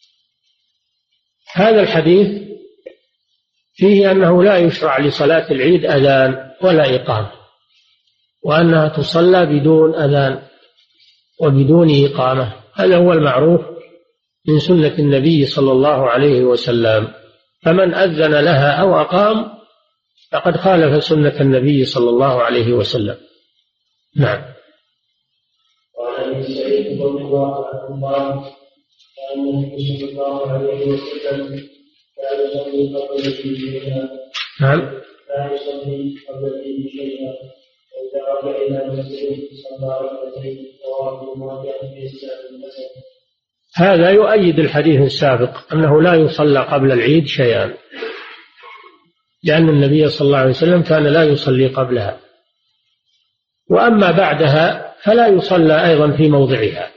هذا الحديث فيه أنه لا يشرع لصلاة العيد أذان ولا إقامة، وأنها تصلى بدون أذان وبدون إقامة. هذا هو المعروف من سنة النبي صلى الله عليه وسلم. فمن أذن لها أو أقام فقد خالف سنة النبي صلى الله عليه وسلم. نعم. وعن ابي سعيد رضي الله عنه قال: كان النبي صلى الله عليه وسلم لا يصلي قبل العيد شيئا. نعم. لا يصلي قبل العيد شيئا، وإذا رجع إلى المسجد صلى ركعتين رواه مواجهة بإسناد حسن. هذا يؤيد الحديث السابق أنه لا يصلى قبل العيد شيئا، لأن النبي صلى الله عليه وسلم كان لا يصلي قبلها. وأما بعدها فلا يصلى أيضا في موضعها.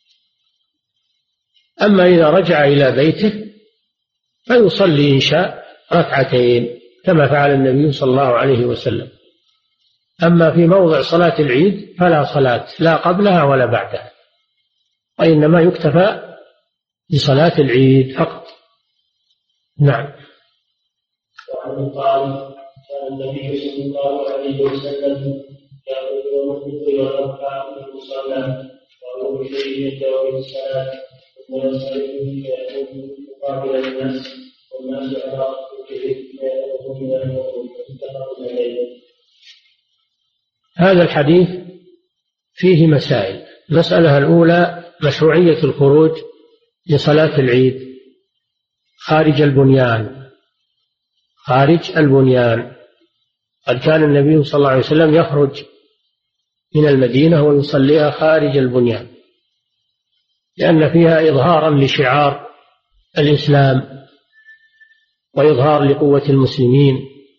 أما إذا رجع إلى بيته فيصلي إن شاء ركعتين كما فعل النبي صلى الله عليه وسلم. أما في موضع صلاة العيد فلا صلاة لا قبلها ولا بعدها، وإنما يكتفى بصلاة العيد فقط. نعم. وعنه قال: كان النبي صلى الله عليه وسلم يأخذ يوم الفطر ويركع في المصلى وهو بشيء يدعو الصلاة ثم ينصرف فيكون مقابل الناس والناس على ركبته فيأخذ من الموضوع متفق عليه. هذا الحديث فيه مسائل. المسألة الأولى: مشروعية الخروج لصلاة العيد خارج البنيان. خارج البنيان. قد كان النبي صلى الله عليه وسلم يخرج من المدينة ويصليها خارج البنيان، لأن فيها إظهارا لشعار الإسلام وإظهار لقوة المسلمين،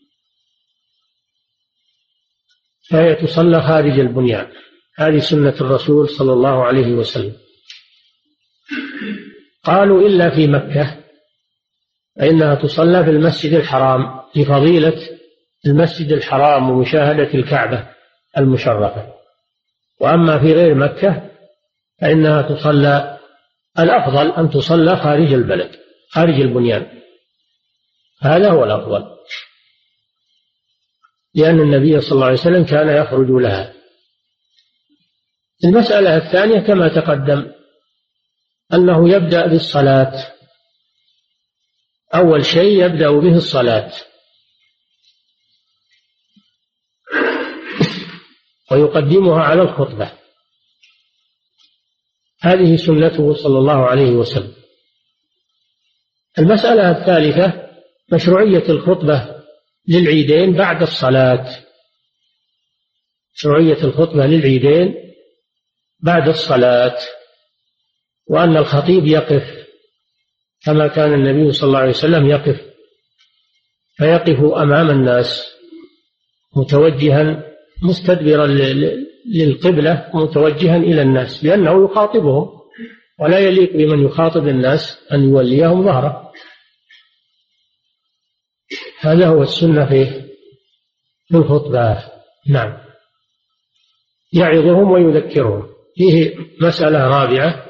فهي تصلى خارج البنيان. هذه سنة الرسول صلى الله عليه وسلم. قالوا: إلا في مكة فإنها تصلى في المسجد الحرام لفضيلة المسجد الحرام ومشاهدة الكعبة المشرفة. وأما في غير مكة فإنها تصلى، الأفضل أن تصلى خارج البلد خارج البنيان، هذا هو الأفضل، لأن النبي صلى الله عليه وسلم كان يخرج لها. المسألة الثانية كما تقدم أنه يبدأ بالصلاة، أول شيء يبدأ به الصلاة ويقدمها على الخطبة. هذه سنته صلى الله عليه وسلم. المسألة الثالثة: مشروعية الخطبة للعيدين بعد الصلاة. مشروعية الخطبة للعيدين بعد الصلاة، وأن الخطيب يقف كما كان النبي صلى الله عليه وسلم يقف، فيقف أمام الناس متوجها مستدبرا للقبلة متوجها إلى الناس، لأنه يخاطبهم، ولا يليق بمن يخاطب الناس أن يوليهم ظهره. هذا هو السنة في الخطبة. نعم، يعظهم ويذكرهم. فيه مسألة رابعة،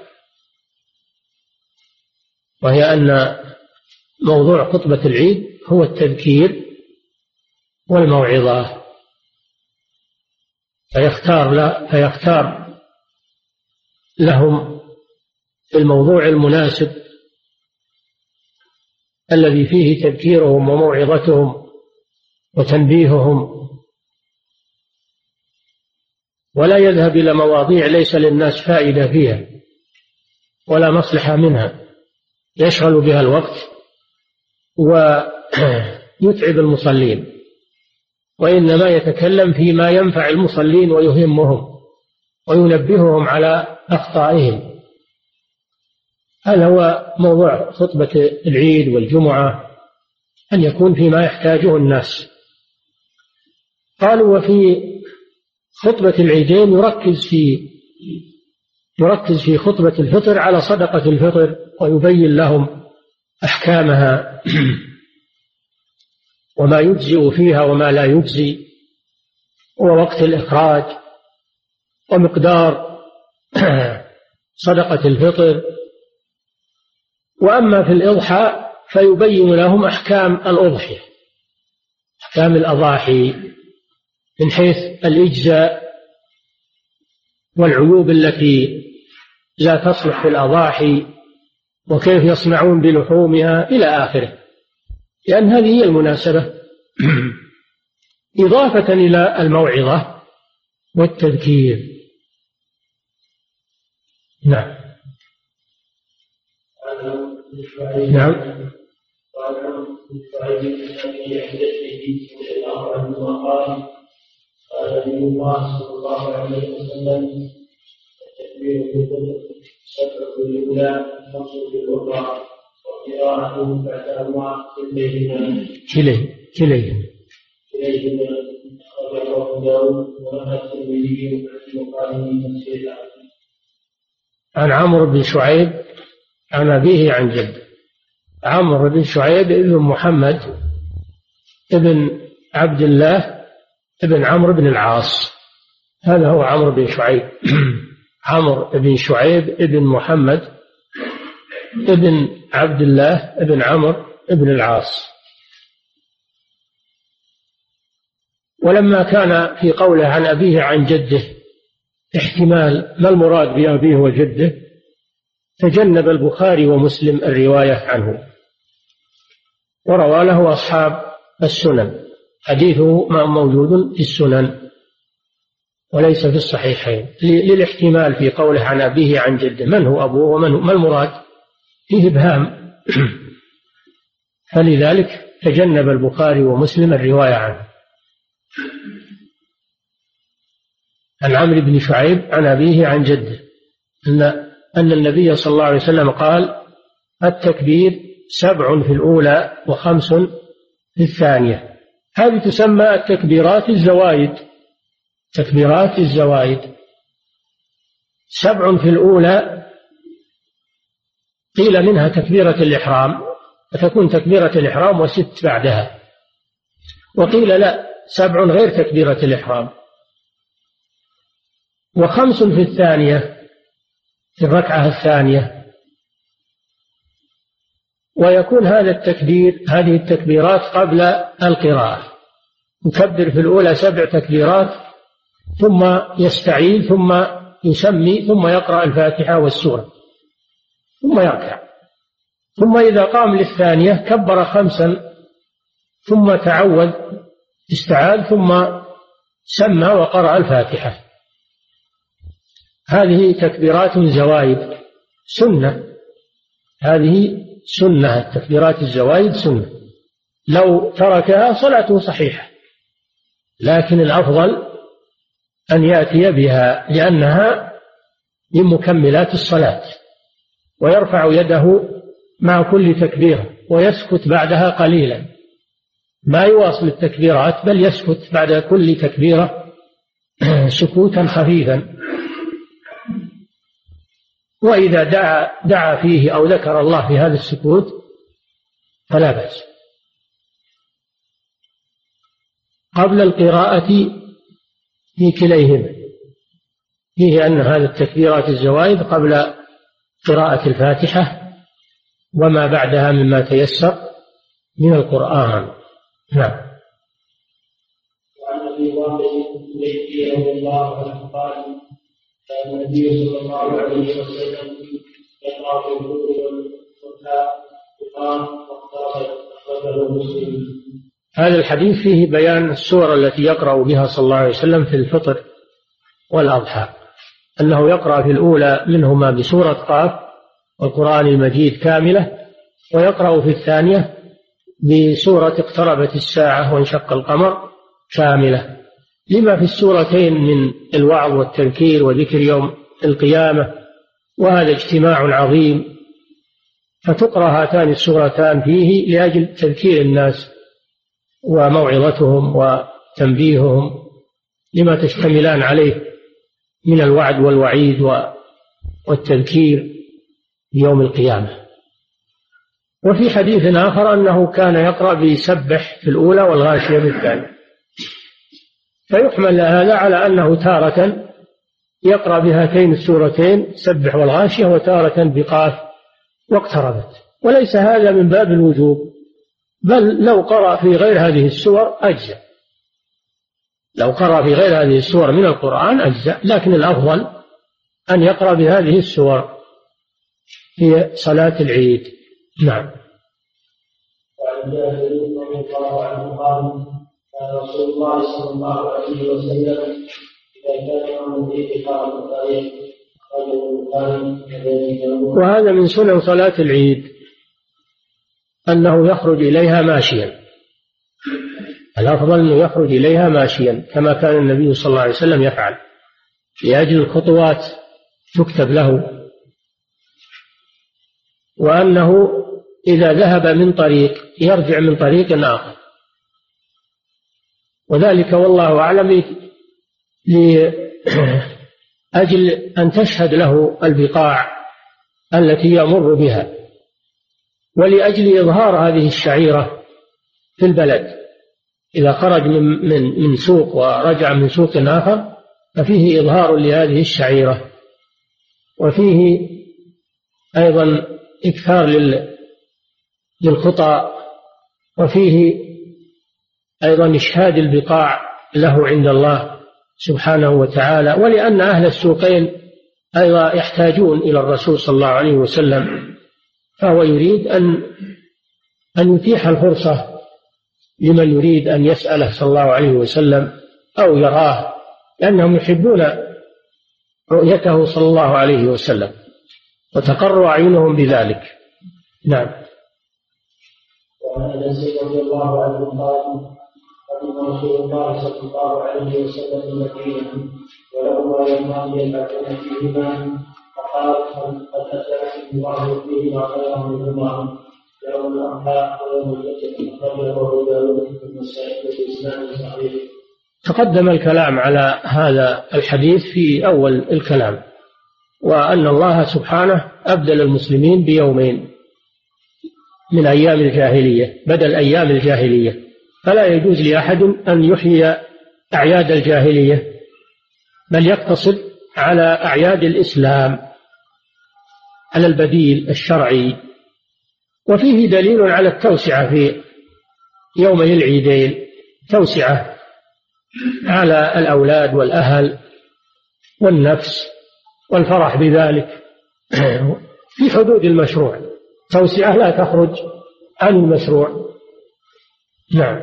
وهي أن موضوع خطبة العيد هو التذكير والموعظة، فيختار لهم الموضوع المناسب الذي فيه تذكيرهم وموعظتهم وتنبيههم، ولا يذهب إلى مواضيع ليس للناس فائدة فيها ولا مصلحة منها يشغل بها الوقت ويتعب المصلين، وإنما يتكلم فيما ينفع المصلين ويهمهم وينبههم على أخطائهم. هذا هو موضوع خطبة العيد والجمعة، أن يكون فيما يحتاجه الناس. قالوا وفي خطبة العيدين يركز في خطبة الفطر على صدقة الفطر ويبين لهم أحكامها وما يجزئ فيها وما لا يجزي، ووقت الإخراج ومقدار صدقة الفطر. وأما في الإضحى فيبين لهم أحكام الأضحية، أحكام الأضاحي من حيث الإجزاء والعيوب التي لا تصلح في الأضاحي وكيف يصنعون بلحومها إلى آخره، لأن هذه هي المناسبة إضافة إلى الموعظة والتذكير. نعم. نعم. قال نبي الله صلى الله عليه وسلم: التكبير في الفطر سبع للأولى خمس للأخرى وقراءته بعدهما كليهما أخرجه أبو داود ونهى الترمذي عن مقارنة تفسير. عن عمرو بن شعيب عن أبيه عن جده. عمرو بن شعيب ابن محمد ابن عبد الله ابن عمرو بن العاص، هذا هو عمرو بن شعيب. عمرو بن شعيب ابن محمد ابن عبد الله ابن عمرو ابن العاص. ولما كان في قوله عن أبيه عن جده احتمال ما المراد بأبيه وجده، تجنب البخاري ومسلم الرواية عنه، وروى له أصحاب السنن، حديثه موجود في السنن وليس في الصحيحين، للاحتمال في قوله عن أبيه عن جده، من هو أبوه وما المراد، فيه إبهام، فلذلك تجنب البخاري ومسلم الرواية عنه. عن عمرو بن شعيب عن أبيه عن جده أن النبي صلى الله عليه وسلم قال: التكبير 7 في الأولى و5 في الثانية. هذه تسمى التكبيرات الزوايد. تكبيرات الزوايد 7 في الأولى قيل منها تكبيرة الإحرام، فتكون تكبيرة الإحرام و6 بعدها، وقيل لا، 7 غير تكبيرة الإحرام، و5 في الثانية في الركعة الثانية. ويكون هذا التكبير، هذه التكبيرات قبل القراءة، يكبر في الأولى 7 تكبيرات ثم يستعيذ ثم يسمي ثم يقرأ الفاتحة والسورة ثم يركع، ثم إذا قام للثانية كبر 5 ثم تعوذ استعاذ ثم سمى وقرأ الفاتحة. هذه تكبيرات زوايد سنة، هذه سنة، التكبيرات الزوايد سنة، لو تركها صلاته صحيحة، لكن الأفضل أن يأتي بها لأنها من مكملات الصلاة، ويرفع يده مع كل تكبيرة ويسكت بعدها قليلا، ما يواصل التكبيرات بل يسكت بعد كل تكبيرة سكوتا خفيفا. وإذا دعا فيه أو ذكر الله في هذا السكوت فلا بأس. قبل القراءة في كليهما. فيه أن هذا التكبيرات الزوائد قبل قراءة الفاتحة وما بعدها مما تيسر من القرآن. نعم. وعن أبي واقد رضي الله عنه قال كان النبي صلى الله عليه وسلم يقرأ في الكتب والقرآن واختار أخرجه مسلم. هذا الحديث فيه بيان السور التي يقرأ بها صلى الله عليه وسلم في الفطر والأضحى، أنه يقرأ في الأولى منهما بسورة قاف والقرآن المجيد كاملة، ويقرأ في الثانية بسورة اقتربت الساعة وانشق القمر كاملة، لما في السورتين من الوعظ والتذكير وذكر يوم القيامة، وهذا اجتماع عظيم، فتقرأ هاتان السورتان فيه لأجل تذكير الناس وموعظتهم وتنبيههم لما تشتملان عليه من الوعد والوعيد والتذكير بيوم القيامة. وفي حديث آخر أنه كان يقرأ بيسبح في الأولى والغاشية في الثانية، فيحمل هذا على أنه تارة يقرأ بهاتين السورتين سبح والغاشية، وتارة بقاف واقتربت، وليس هذا من باب الوجوب، بل لو قرأ في غير هذه السور أجزأ، لو قرأ في غير هذه السور من القرآن أجزأ، لكن الأفضل أن يقرأ بهذه السور في صلاة العيد. نعم. وعن جابر رضي الله عنه قال كان رسول الله صلى الله عليه وسلم إذا كان يوم العيد قرأ التاريخ وهذا من سنن صلاة العيد أنه يخرج إليها ماشيا، الأفضل أنه يخرج إليها ماشيا كما كان النبي صلى الله عليه وسلم يفعل، لأجل الخطوات تكتب له، وأنه إذا ذهب من طريق يرجع من طريق آخر، وذلك والله أعلم لأجل أن تشهد له البقاع التي يمر بها، ولأجل إظهار هذه الشعيرة في البلد. إذا خرج من سوق ورجع من سوق آخر ففيه إظهار لهذه الشعيرة، وفيه أيضا إكثار للخطى، وفيه أيضا إشهاد البقاع له عند الله سبحانه وتعالى، ولأن أهل السوقين أيضا يحتاجون إلى الرسول صلى الله عليه وسلم، فهو يريد أن يتيح الفرصة لمن يريد أن يسأله صلى الله عليه وسلم أو يراه، لأنهم يحبون رؤيته صلى الله عليه وسلم وتقر أعينهم بذلك. نعم. وعن أنس رضي الله عنه قال قدم رسول الله صلى الله عليه وسلم المدينة ولهما يومان يلعبون فيهما، فقال قد أتاكم الله فيهما خيرا منهما يوم الأضحى ويوم الفتح، أخرجه أبو داود بن مسعود بإسناد صحيح. تقدم الكلام على هذا الحديث في أول الكلام، وأن الله سبحانه أبدل المسلمين بيومين من أيام الجاهلية بدل أيام الجاهلية، فلا يجوز لأحد أن يحيي أعياد الجاهلية، بل يقتصر على أعياد الإسلام، على البديل الشرعي. وفيه دليل على التوسعة في يومي العيدين، توسعة على الأولاد والأهل والنفس والفرح بذلك في حدود المشروع، توسعة لا تخرج عن المشروع. نعم.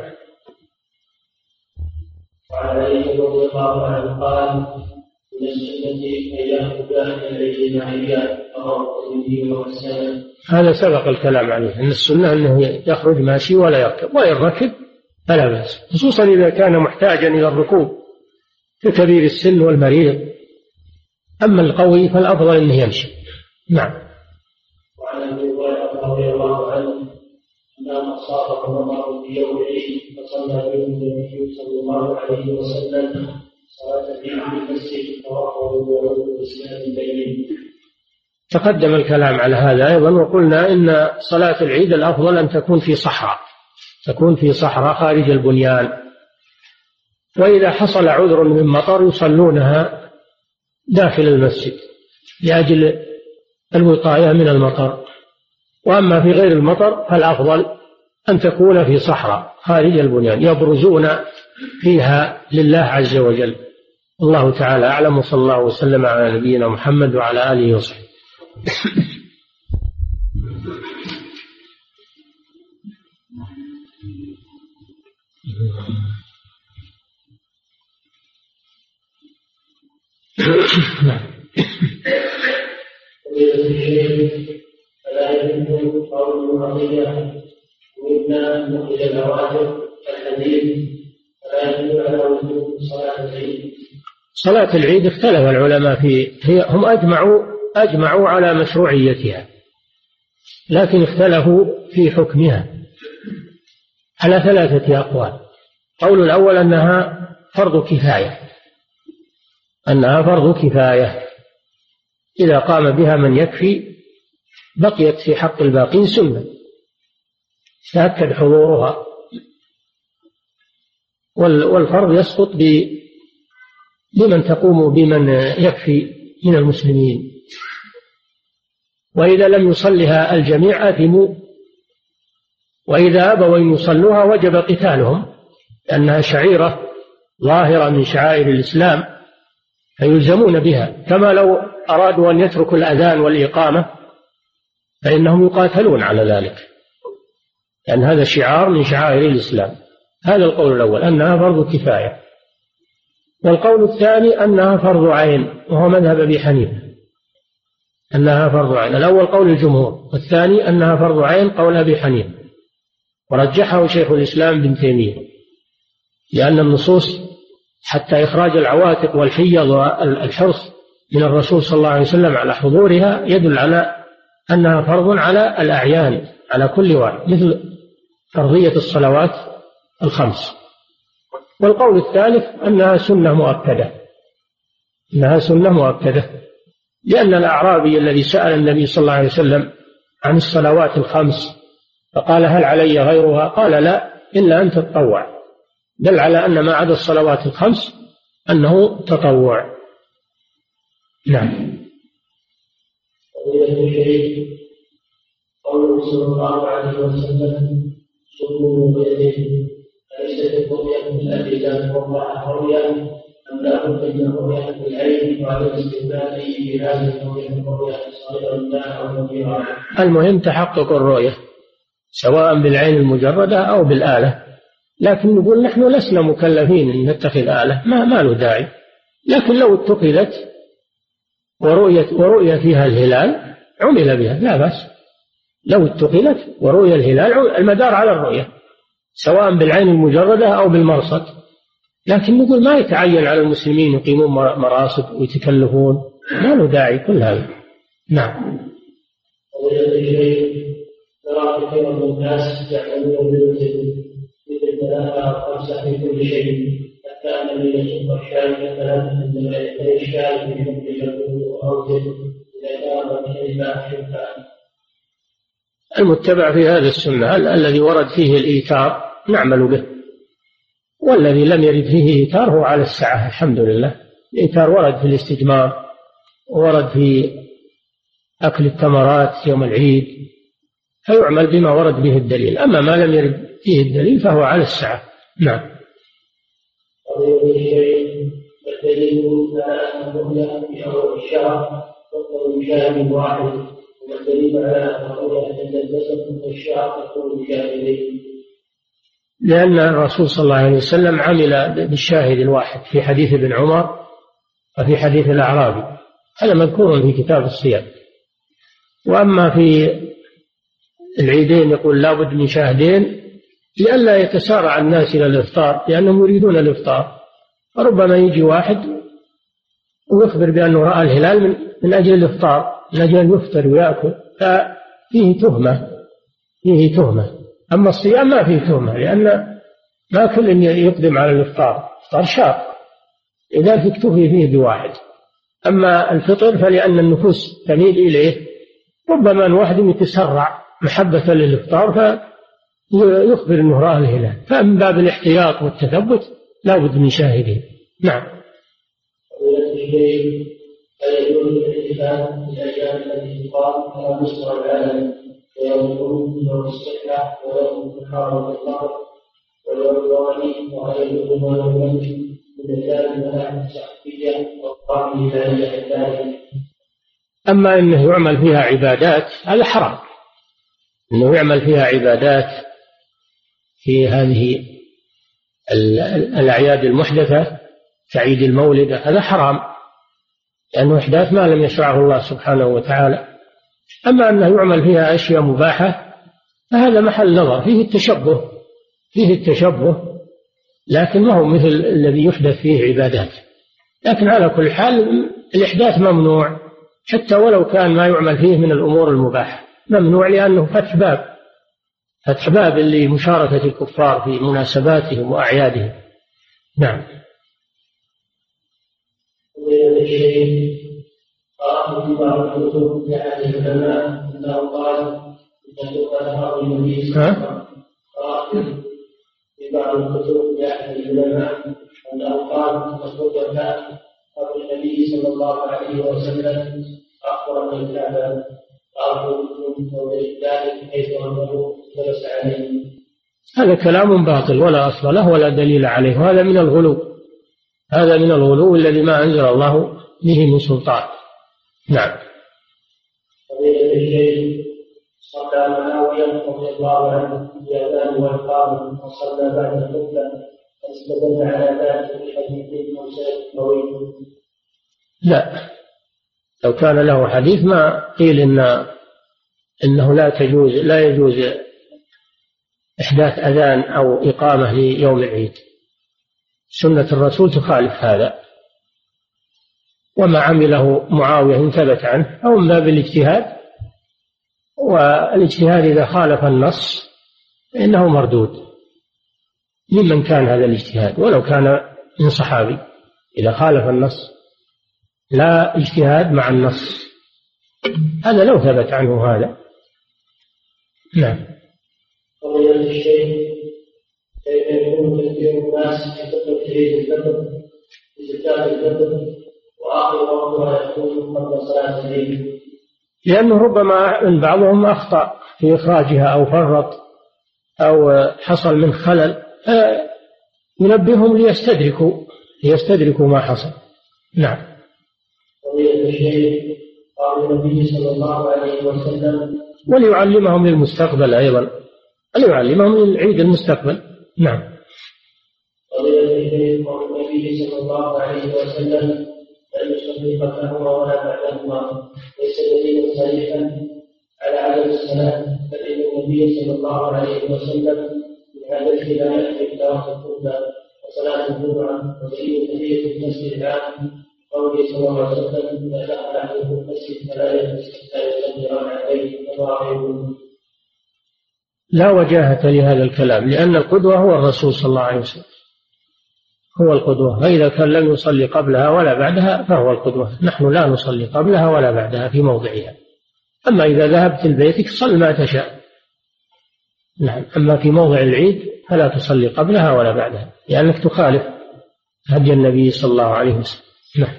وعن علي رضي الله عنه قال من السنة أن يأخذ العيد مع عيال وحسنه. هذا سبق الكلام عليه، أن السنة أنه يخرج ماشي ولا يركب، وإن ركب فلا بأس، خصوصا إذا كان محتاجا إلى الركوب ككبير السن والمريض. أما القوي فالأفضل أنه يمشي. نعم. وعن أبي هريرة رضي الله عنه أن أصابه رمضان في يوم العيد فصلى به النبي صلى الله عليه وسلم صلاة العيد في المسجد، رواه أبو داود بإسناد بين. تقدم الكلام على هذا أيضا، وقلنا إن صلاة العيد الأفضل أن تكون في صحراء، تكون في صحراء خارج البنيان، وإذا حصل عذر من مطر يصلونها داخل المسجد لأجل الوقاية من المطر. وأما في غير المطر فالأفضل أن تكون في صحراء خارج البنيان يبرزون فيها لله عز وجل. الله تعالى أعلم، وصلى الله وسلم على نبينا محمد وعلى آله وصحبه. فلا يجوز قول القضية وإما نقل العواتق الحديث فلا يجوز على وجوب صلاة العيد. صلاة العيد اختلف العلماء هم أجمعوا على مشروعيتها، لكن اختلفوا في حكمها على 3 أقوال. قول الأول أنها فرض كفاية، إذا قام بها من يكفي بقيت في حق الباقين سنة تأكد حضورها، والفرض يسقط بمن تقوم بمن يكفي من المسلمين. وإذا لم يصلها الجميع آثموا، وإذا أبوا أن يصلوها وجب قتالهم، لأنها شعيرة ظاهرة من شعائر الإسلام فيلزمون بها، كما لو أرادوا أن يتركوا الأذان والإقامة فإنهم يقاتلون على ذلك، لأن هذا شعار من شعائر الإسلام. هذا القول الأول أنها فرض كفاية. والقول الثاني أنها فرض عين، وهو مذهب أبي حنيفة أنها فرض عين. الأول قول الجمهور، والثاني أنها فرض عين قول أبي حنيفة، ورجحه شيخ الإسلام بن تيمية، لأن النصوص حتى إخراج العواتق والحيض والحرص من الرسول صلى الله عليه وسلم على حضورها يدل على أنها فرض على الأعيان، على كل واحد، مثل فرضية الصلوات الخمس. والقول الثالث أنها سنة مؤكدة، لأن الأعرابي الذي سأل النبي صلى الله عليه وسلم عن الصلوات الخمس فقال هل علي غيرها؟ قال لا إلا أن تتطوع، دل على أن ما عدا الصلوات الخمس أنه تطوع. نعم. قوله صلى الله عليه وسلم صلوا بيديه، أليست الرؤيا من أجل أن توضح الرؤيا أم لا بد من الرؤيا بالعين وعلى الاستدلال بهذه الرؤيا صغيرا أو كبيرا؟ المهم تحقق الرؤية سواء بالعين المجردة أو بالآلة، لكن نقول نحن لسنا مكلفين أن نتخذ آلة، ما له داعي. لكن لو اتخذت ورؤية فيها الهلال عمل بها لا بأس. لو اتخذت ورؤية الهلال المدار على الرؤية سواء بالعين المجردة أو بالمرصد، لكن نقول ما يتعين على المسلمين يقيمون مراصد ويتكلفون، ما له داعي كل هذا. نعم. ترى كثيرا من الناس يعملون بالمسجد مثل 3 أو 5 في كل شيء، حتى أن الذي الشارع مثلا عندما يأتي الشارع في حكم يقول أو إذا كان كلمة شفاء. المتبع في هذه السنة الذي ورد فيه الإيتار نعمل به، والذي لم يرد فيه إيتار هو على السعة الحمد لله. الإيتار ورد في الاستجمار، ورد في أكل التمرات يوم العيد، فيعمل بما ورد به الدليل. أما ما لم يرد فيه الدليل فهو على السعة. نعم. الدليل على أن الرؤيا في أول الشهر تطلب بشاهد واحد، والدليل على أن الرؤيا عند الجسد من الشهر تطلب بشاهدين، لأن الرسول صلى الله عليه وسلم عمل بالشاهد الواحد في حديث ابن عمر وفي حديث الأعرابي، هذا مذكور في كتاب الصيام. وأما في العيدين يقول لا بد من شاهدين لئلا يتسارع الناس إلى الإفطار، لأنهم يريدون الإفطار، فربما يجي واحد ويخبر بأنه رأى الهلال من أجل الإفطار، من أجل أن يفطر ويأكل، ففيه تهمة. أما الصيام ما فيه تهمة، لأن ما كل يقدم على الإفطار، إفطار شاق، لذلك اكتفي فيه بواحد. أما الفطر فلأن النفوس تميل إليه، ربما أن واحد يتسرع محبة للإفطار فيخبر أنه رأى الهلال، فمن باب الاحتياط والتثبت لا بد من شاهدين. نعم. هل يجوز الاحتفال بالايام التي تقام على مستوى العالم ويوم الخروج ويوم الصحه ويوم الحرم والقمر ويوم الوالي وغيرهما ويوم من ايام الملاحم الصحفيه والقرن ذلك؟ اما انه يعمل فيها عبادات هذا حرام، انه يعمل فيها عبادات في هذه الاعياد المحدثه كعيد المولد هذا حرام، لأنه إحداث ما لم يشرعه الله سبحانه وتعالى. أما أنه يعمل فيها أشياء مباحة فهذا محل نظر، فيه التشبه لكن ما هو مثل الذي يحدث فيه عبادات. لكن على كل حال الإحداث ممنوع، حتى ولو كان ما يعمل فيه من الأمور المباحة ممنوع، لأنه فتح باب لمشاركة الكفار في مناسباتهم وأعيادهم. نعم. الشيء قرأت في بعض الكتب لأحد العلماء أنه قال إن تقرأ النبي صلى الله عليه وسلم. قرأت في بعض الكتب لأحد العلماء أنه قال إن تقرأ قبل النبي صلى الله عليه وسلم أخبر من كان أرجو من ذلك حيث أنه جلس عليه. هذا كلام باطل ولا أصل له ولا دليل عليه، وهذا من الغلو، هذا من الغلو الذي ما أنزل الله به من سلطان. نعم. فضيلة الشيخ صلى معاوية رضي الله عنه بالأذان والإقامة وصلى بعد الخطبة، فاستدل على ذلك بحديث موسى طويل. لا، لو كان له حديث ما قيل إنه لا يجوز إحداث أذان أو إقامة ليوم العيد. سنة الرسول تخالف هذا، وما عمله معاوية إن ثبت عنه أو من باب الاجتهاد، والاجتهاد إذا خالف النص فإنه مردود ممن كان هذا الاجتهاد ولو كان من صحابي. إذا خالف النص لا اجتهاد مع النص، هذا لو ثبت عنه هذا. نعم. فضيلة الشيخ كيف يكون تذكير الناس بفطر عيد الفطر بزكاة الفطر وآخر وقتها يكون قبل صلاة العيد؟ لأنه ربما إن بعضهم أخطأ في إخراجها أو فرط أو حصل من خلل، ينبههم ليستدركوا ما حصل. نعم. فضيلة الشيخ قال النبي صلى الله عليه وسلم وليعلمهم للمستقبل أيضا، وليعلمهم للعيد المستقبل. نعم. فضيلة الشيخ قال النبي صلى الله عليه وسلم لن يصلي قبلهما ولا بعدهما، ليس دليلا صريحا على عدم الصلاة، فإن النبي صلى الله عليه وسلم من هذا الخلاف في إدارة الخطبة وصلاة الجمعة وسيد تحية المسجد العام قوله صلى الله عليه وسلم إذا دخل أحدكم المسجد فلا يجلس حتى يصلي ركعتين فضاعفه. لا وجاهة لهذا الكلام، لأن القدوة هو الرسول صلى الله عليه وسلم، هو القدوة، فإذا كان لم يصلي قبلها ولا بعدها فهو القدوة. نحن لا نصلي قبلها ولا بعدها في موضعها. أما إذا ذهبت لبيتك صل ما تشاء. نعم. أما في موضع العيد فلا تصلي قبلها ولا بعدها، لأنك تخالف هدي النبي صلى الله عليه وسلم. نعم.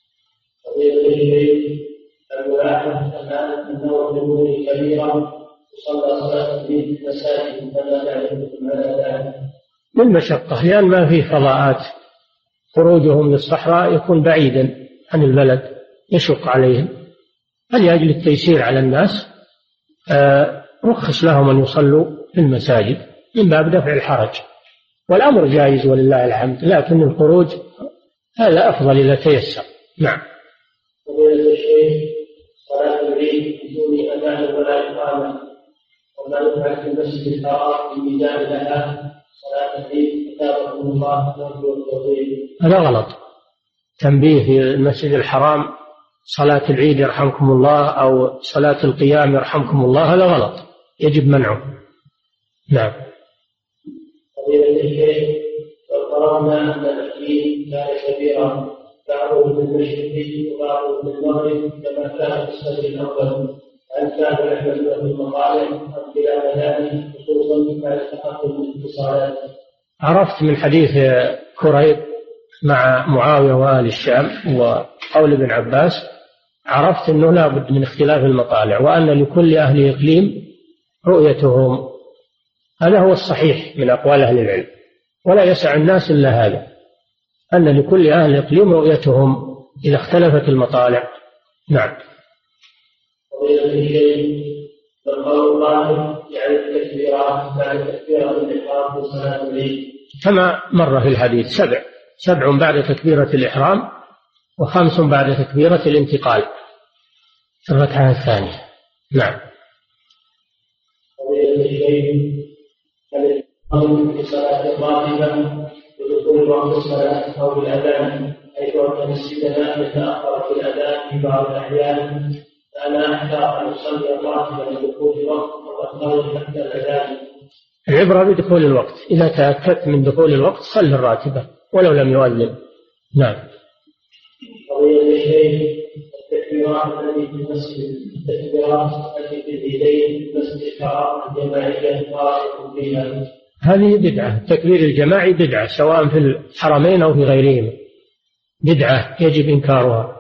الملاحظة الآن أنه من كبيرة تصلى صلاة في المساجد فلا تعرفكم على ذلك بالمشقة، لأن ما فيه فضاءات، خروجهم للصحراء يكون بعيدا عن البلد يشق عليهم، فلأجل التيسير على الناس رخص لهم أن يصلوا في المساجد من باب دفع الحرج، والأمر جائز ولله الحمد، لكن الخروج هذا أفضل إذا تيسر. نعم. فضيلة الشيخ صلاة العيد بدون أذان ولا إقامة وما يفعل في المسجد الحرام بميزان لها صلاة العيد كتابة الله نرجو التوفيق. هذا غلط. تنبيه في المسجد الحرام صلاة العيد يرحمكم الله أو صلاة القيام يرحمكم الله، هذا غلط يجب منعه. نعم. فضيلة الشيخ لو فرضنا أن الدين كان كبيرا بعضه في المشرق وبعضه في المغرب كما كان في الصدر الأول، هل كان يحمل في المصالح أم خلاف ذلك خصوصا بعد تقدم الاتصالات؟ عرفت من حديث كريب مع معاوية وآل الشام وقول ابن عباس عرفت أنه لا بد من اختلاف المطالع، وأن لكل أهل إقليم رؤيتهم. هذا هو الصحيح من أقوال أهل العلم، ولا يسع الناس إلا هذا، أن لكل أهل إقليم رؤيتهم إذا اختلفت المطالع. نعم. كما مر في الحديث 7 بعد تكبيرة الإحرام، و5 بعد تكبيرة الانتقال في الركعة الثانية. نعم. في صلاة الراتبة بدخول وقت الصلاة أو بالأذان، حيث أن المسجدنا يتأخر في الأذان في بعض الأحيان، فأنا أحتاط أن أصلي الراتبة بدخول الوقت وأصلي حتى الأذان. العبرة بدخول الوقت، إذا تأكدت من دخول الوقت صل الراتبة ولو لم يؤذن. نعم. قضية الشيخ التكبيرات التي في المسجد، التكبيرات التي في اليدين في المسجد الحرام الجماعية قائم فيها، هذه بدعة. التكبير الجماعي بدعة سواء في الحرمين أو في غيرهما، بدعة يجب إنكارها،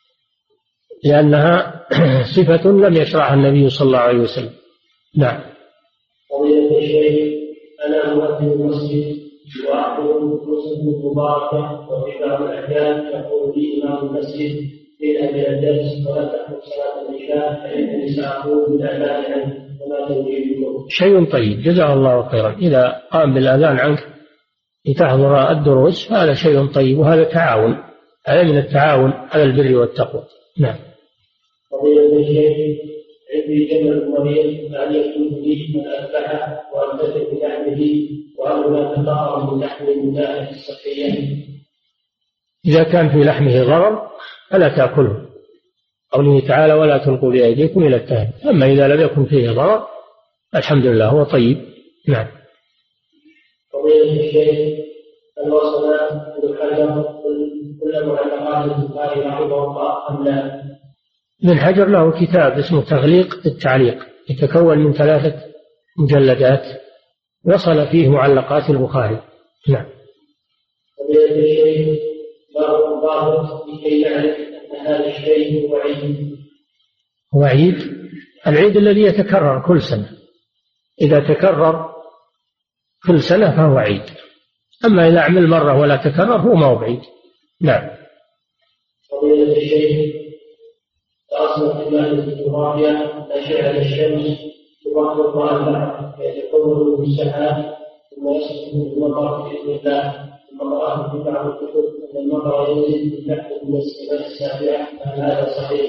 لأنها صفة لم يشرعها النبي صلى الله عليه وسلم. نعم. قضية الشيخ أنا مؤذن المسجد وأحضر مسجد مباركة، وفي بعض الأحيان يقول لي إمام المسجد إذا من الدرس ولا تحضر صلاة العشاء فإنني سأقول بالأذان عنه، وما توجيهكم؟ شيء طيب، جزاه الله خيرا. إذا قام بالأذان عنك لتحضر الدروس هذا شيء طيب، وهذا تعاون، هذا من التعاون على البر والتقوى. نعم. قضية الشيخ عندي جمل مريض، هل يجوز لي من أذبحه وأنتفع بلحمه، وهل هناك ضرر من لحم المداهنة الصحية؟ إذا كان في لحمه ضرر فلا تأكله، قوله تعالى ولا تلقوا بأيديكم إلى التهلكة. أما إذا لم يكن فيه ضرر الحمد لله هو طيب. نعم. قضية الشيخ الوصل بالحجر كل معلقات البخاري رحمه الله أم لا؟ ابن حجر له كتاب اسمه تغليق التعليق، يتكون من 3 مجلدات وصل فيه معلقات البخاري. نعم. قضية الشيخ باب ضابط لكي نعرف أن هذا الشيء هو عيد. هو عيد؟ العيد الذي يتكرر كل سنة، إذا تكرر كل سنة فهو عيد، أما إذا عمل مرة ولا تكرر هو ما هو بعيد. نعم. قضية الشيخ أصل إمام الجغرافيا أشعة الشمس وقت الظاهرة يتكون السحاب ثم يسقط المطر بإذن الله، ثم قرأت في بعض الكتب أن المطر ينزل من تحت من السماء السابعة، هل هذا صحيح؟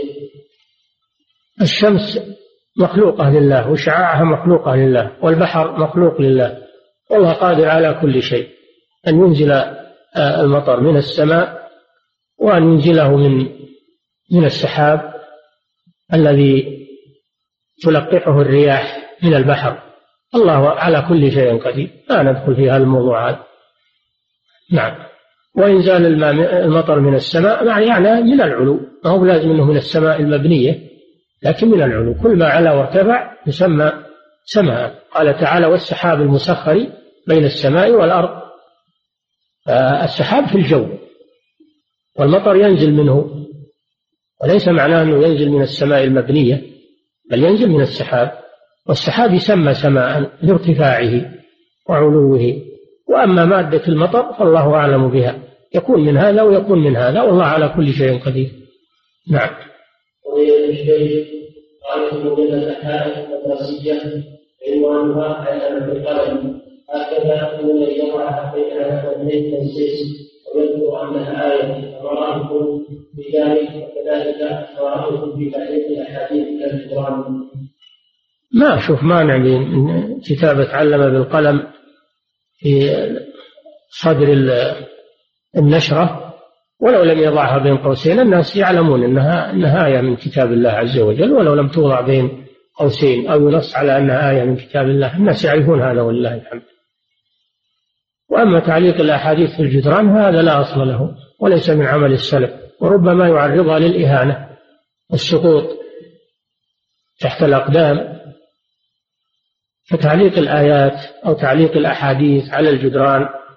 الشمس مخلوقة لله وشعاعها مخلوقة لله، والبحر مخلوق لله، والله قادر على كل شيء، أن ينزل المطر من السماء وأن ينزله من السحاب الذي تلقحه الرياح من البحر. الله على كل شيء قدير، لا ندخل في هذا الموضوعات. نعم. وإنزال المطر من السماء يعني من العلو، ما هو لازم أنه من السماء المبنية، لكن من العلو، كل ما علا وارتفع يسمى سماء. قال تعالى والسحاب المسخر بين السماء والأرض. السحاب في الجو والمطر ينزل منه، وليس معناه أنه ينزل من السماء المبنية، بل ينزل من السحاب، والسحاب يسمى سماء لارتفاعه وعلوه. وأما مادة المطر فالله أعلم بها، يكون من هذا ويكون من هذا، والله على كل شيء قدير. نعم. قضية الشيخ قالت مجلد الأحاديث المدرسية عنوانها علم بالقلم، هكذا من يضعها بين اثنين تنسيس ويذكر أنها آية، ورأيكم بذلك وكذلك ورأيكم في تحريف الأحاديث الجدران. ما أشوف مانع من كتابة علم بالقلم في صدر النشرة، ولو لم يضعها بين قوسين الناس يعلمون أنها آية من كتاب الله عز وجل، ولو لم توضع بين قوسين أو ينص على أنها آية من كتاب الله الناس يعرفون هذا ولله الحمد. وأما تعليق الأحاديث في الجدران هذا لا أصل له وليس من عمل السلف، وربما يعرضها للإهانة والسقوط تحت الأقدام. فتعليق الآيات أو تعليق الأحاديث على الجدران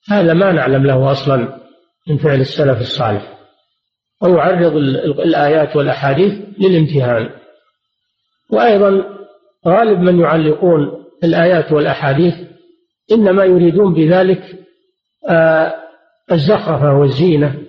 هذا ما نعلم له أصلا من فعل السلف الصالح، ويعرض الآيات والأحاديث للامتهان. وأيضا غالب من يعلقون الآيات والأحاديث إنما يريدون بذلك الزخرفة والزينة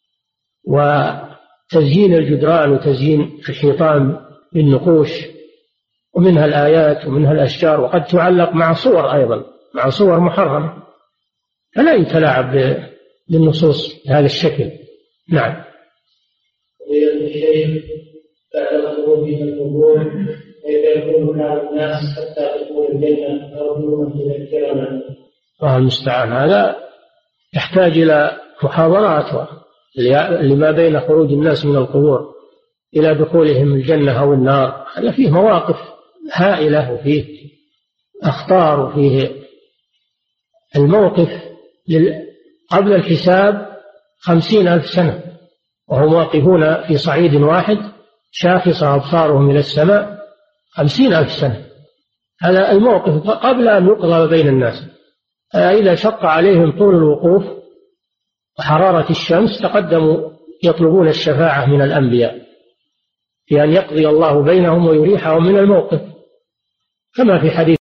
وتزيين الجدران وتزيين الحيطان بالنقوش، ومنها الآيات ومنها الأشجار، وقد تعلق مع صور أيضا، مع صور محرمة، فلا يتلاعب بالنصوص بهذا الشكل. نعم. الشيخ بعد الخروج من القبور كيف يكون حال الناس حتى تدخل الجنة؟ أرجو أن تذكرنا. الله المستعان. هذا يحتاج إلى محاضرات لما بين خروج الناس من القبور إلى دخولهم الجنة أو النار. هذا فيه مواقف هائلة وفيه أخطار، وفيه الموقف قبل الحساب 50,000 سنة وهم واقفون في صعيد واحد شاخصة أبصارهم إلى السماء 50,000 سنة. هذا الموقف قبل أن يقضى بين الناس. إذا شق عليهم طول الوقوف وحرارة الشمس تقدموا يطلبون الشفاعة من الأنبياء في أن يقضي الله بينهم ويريحهم من الموقف، كما في حديث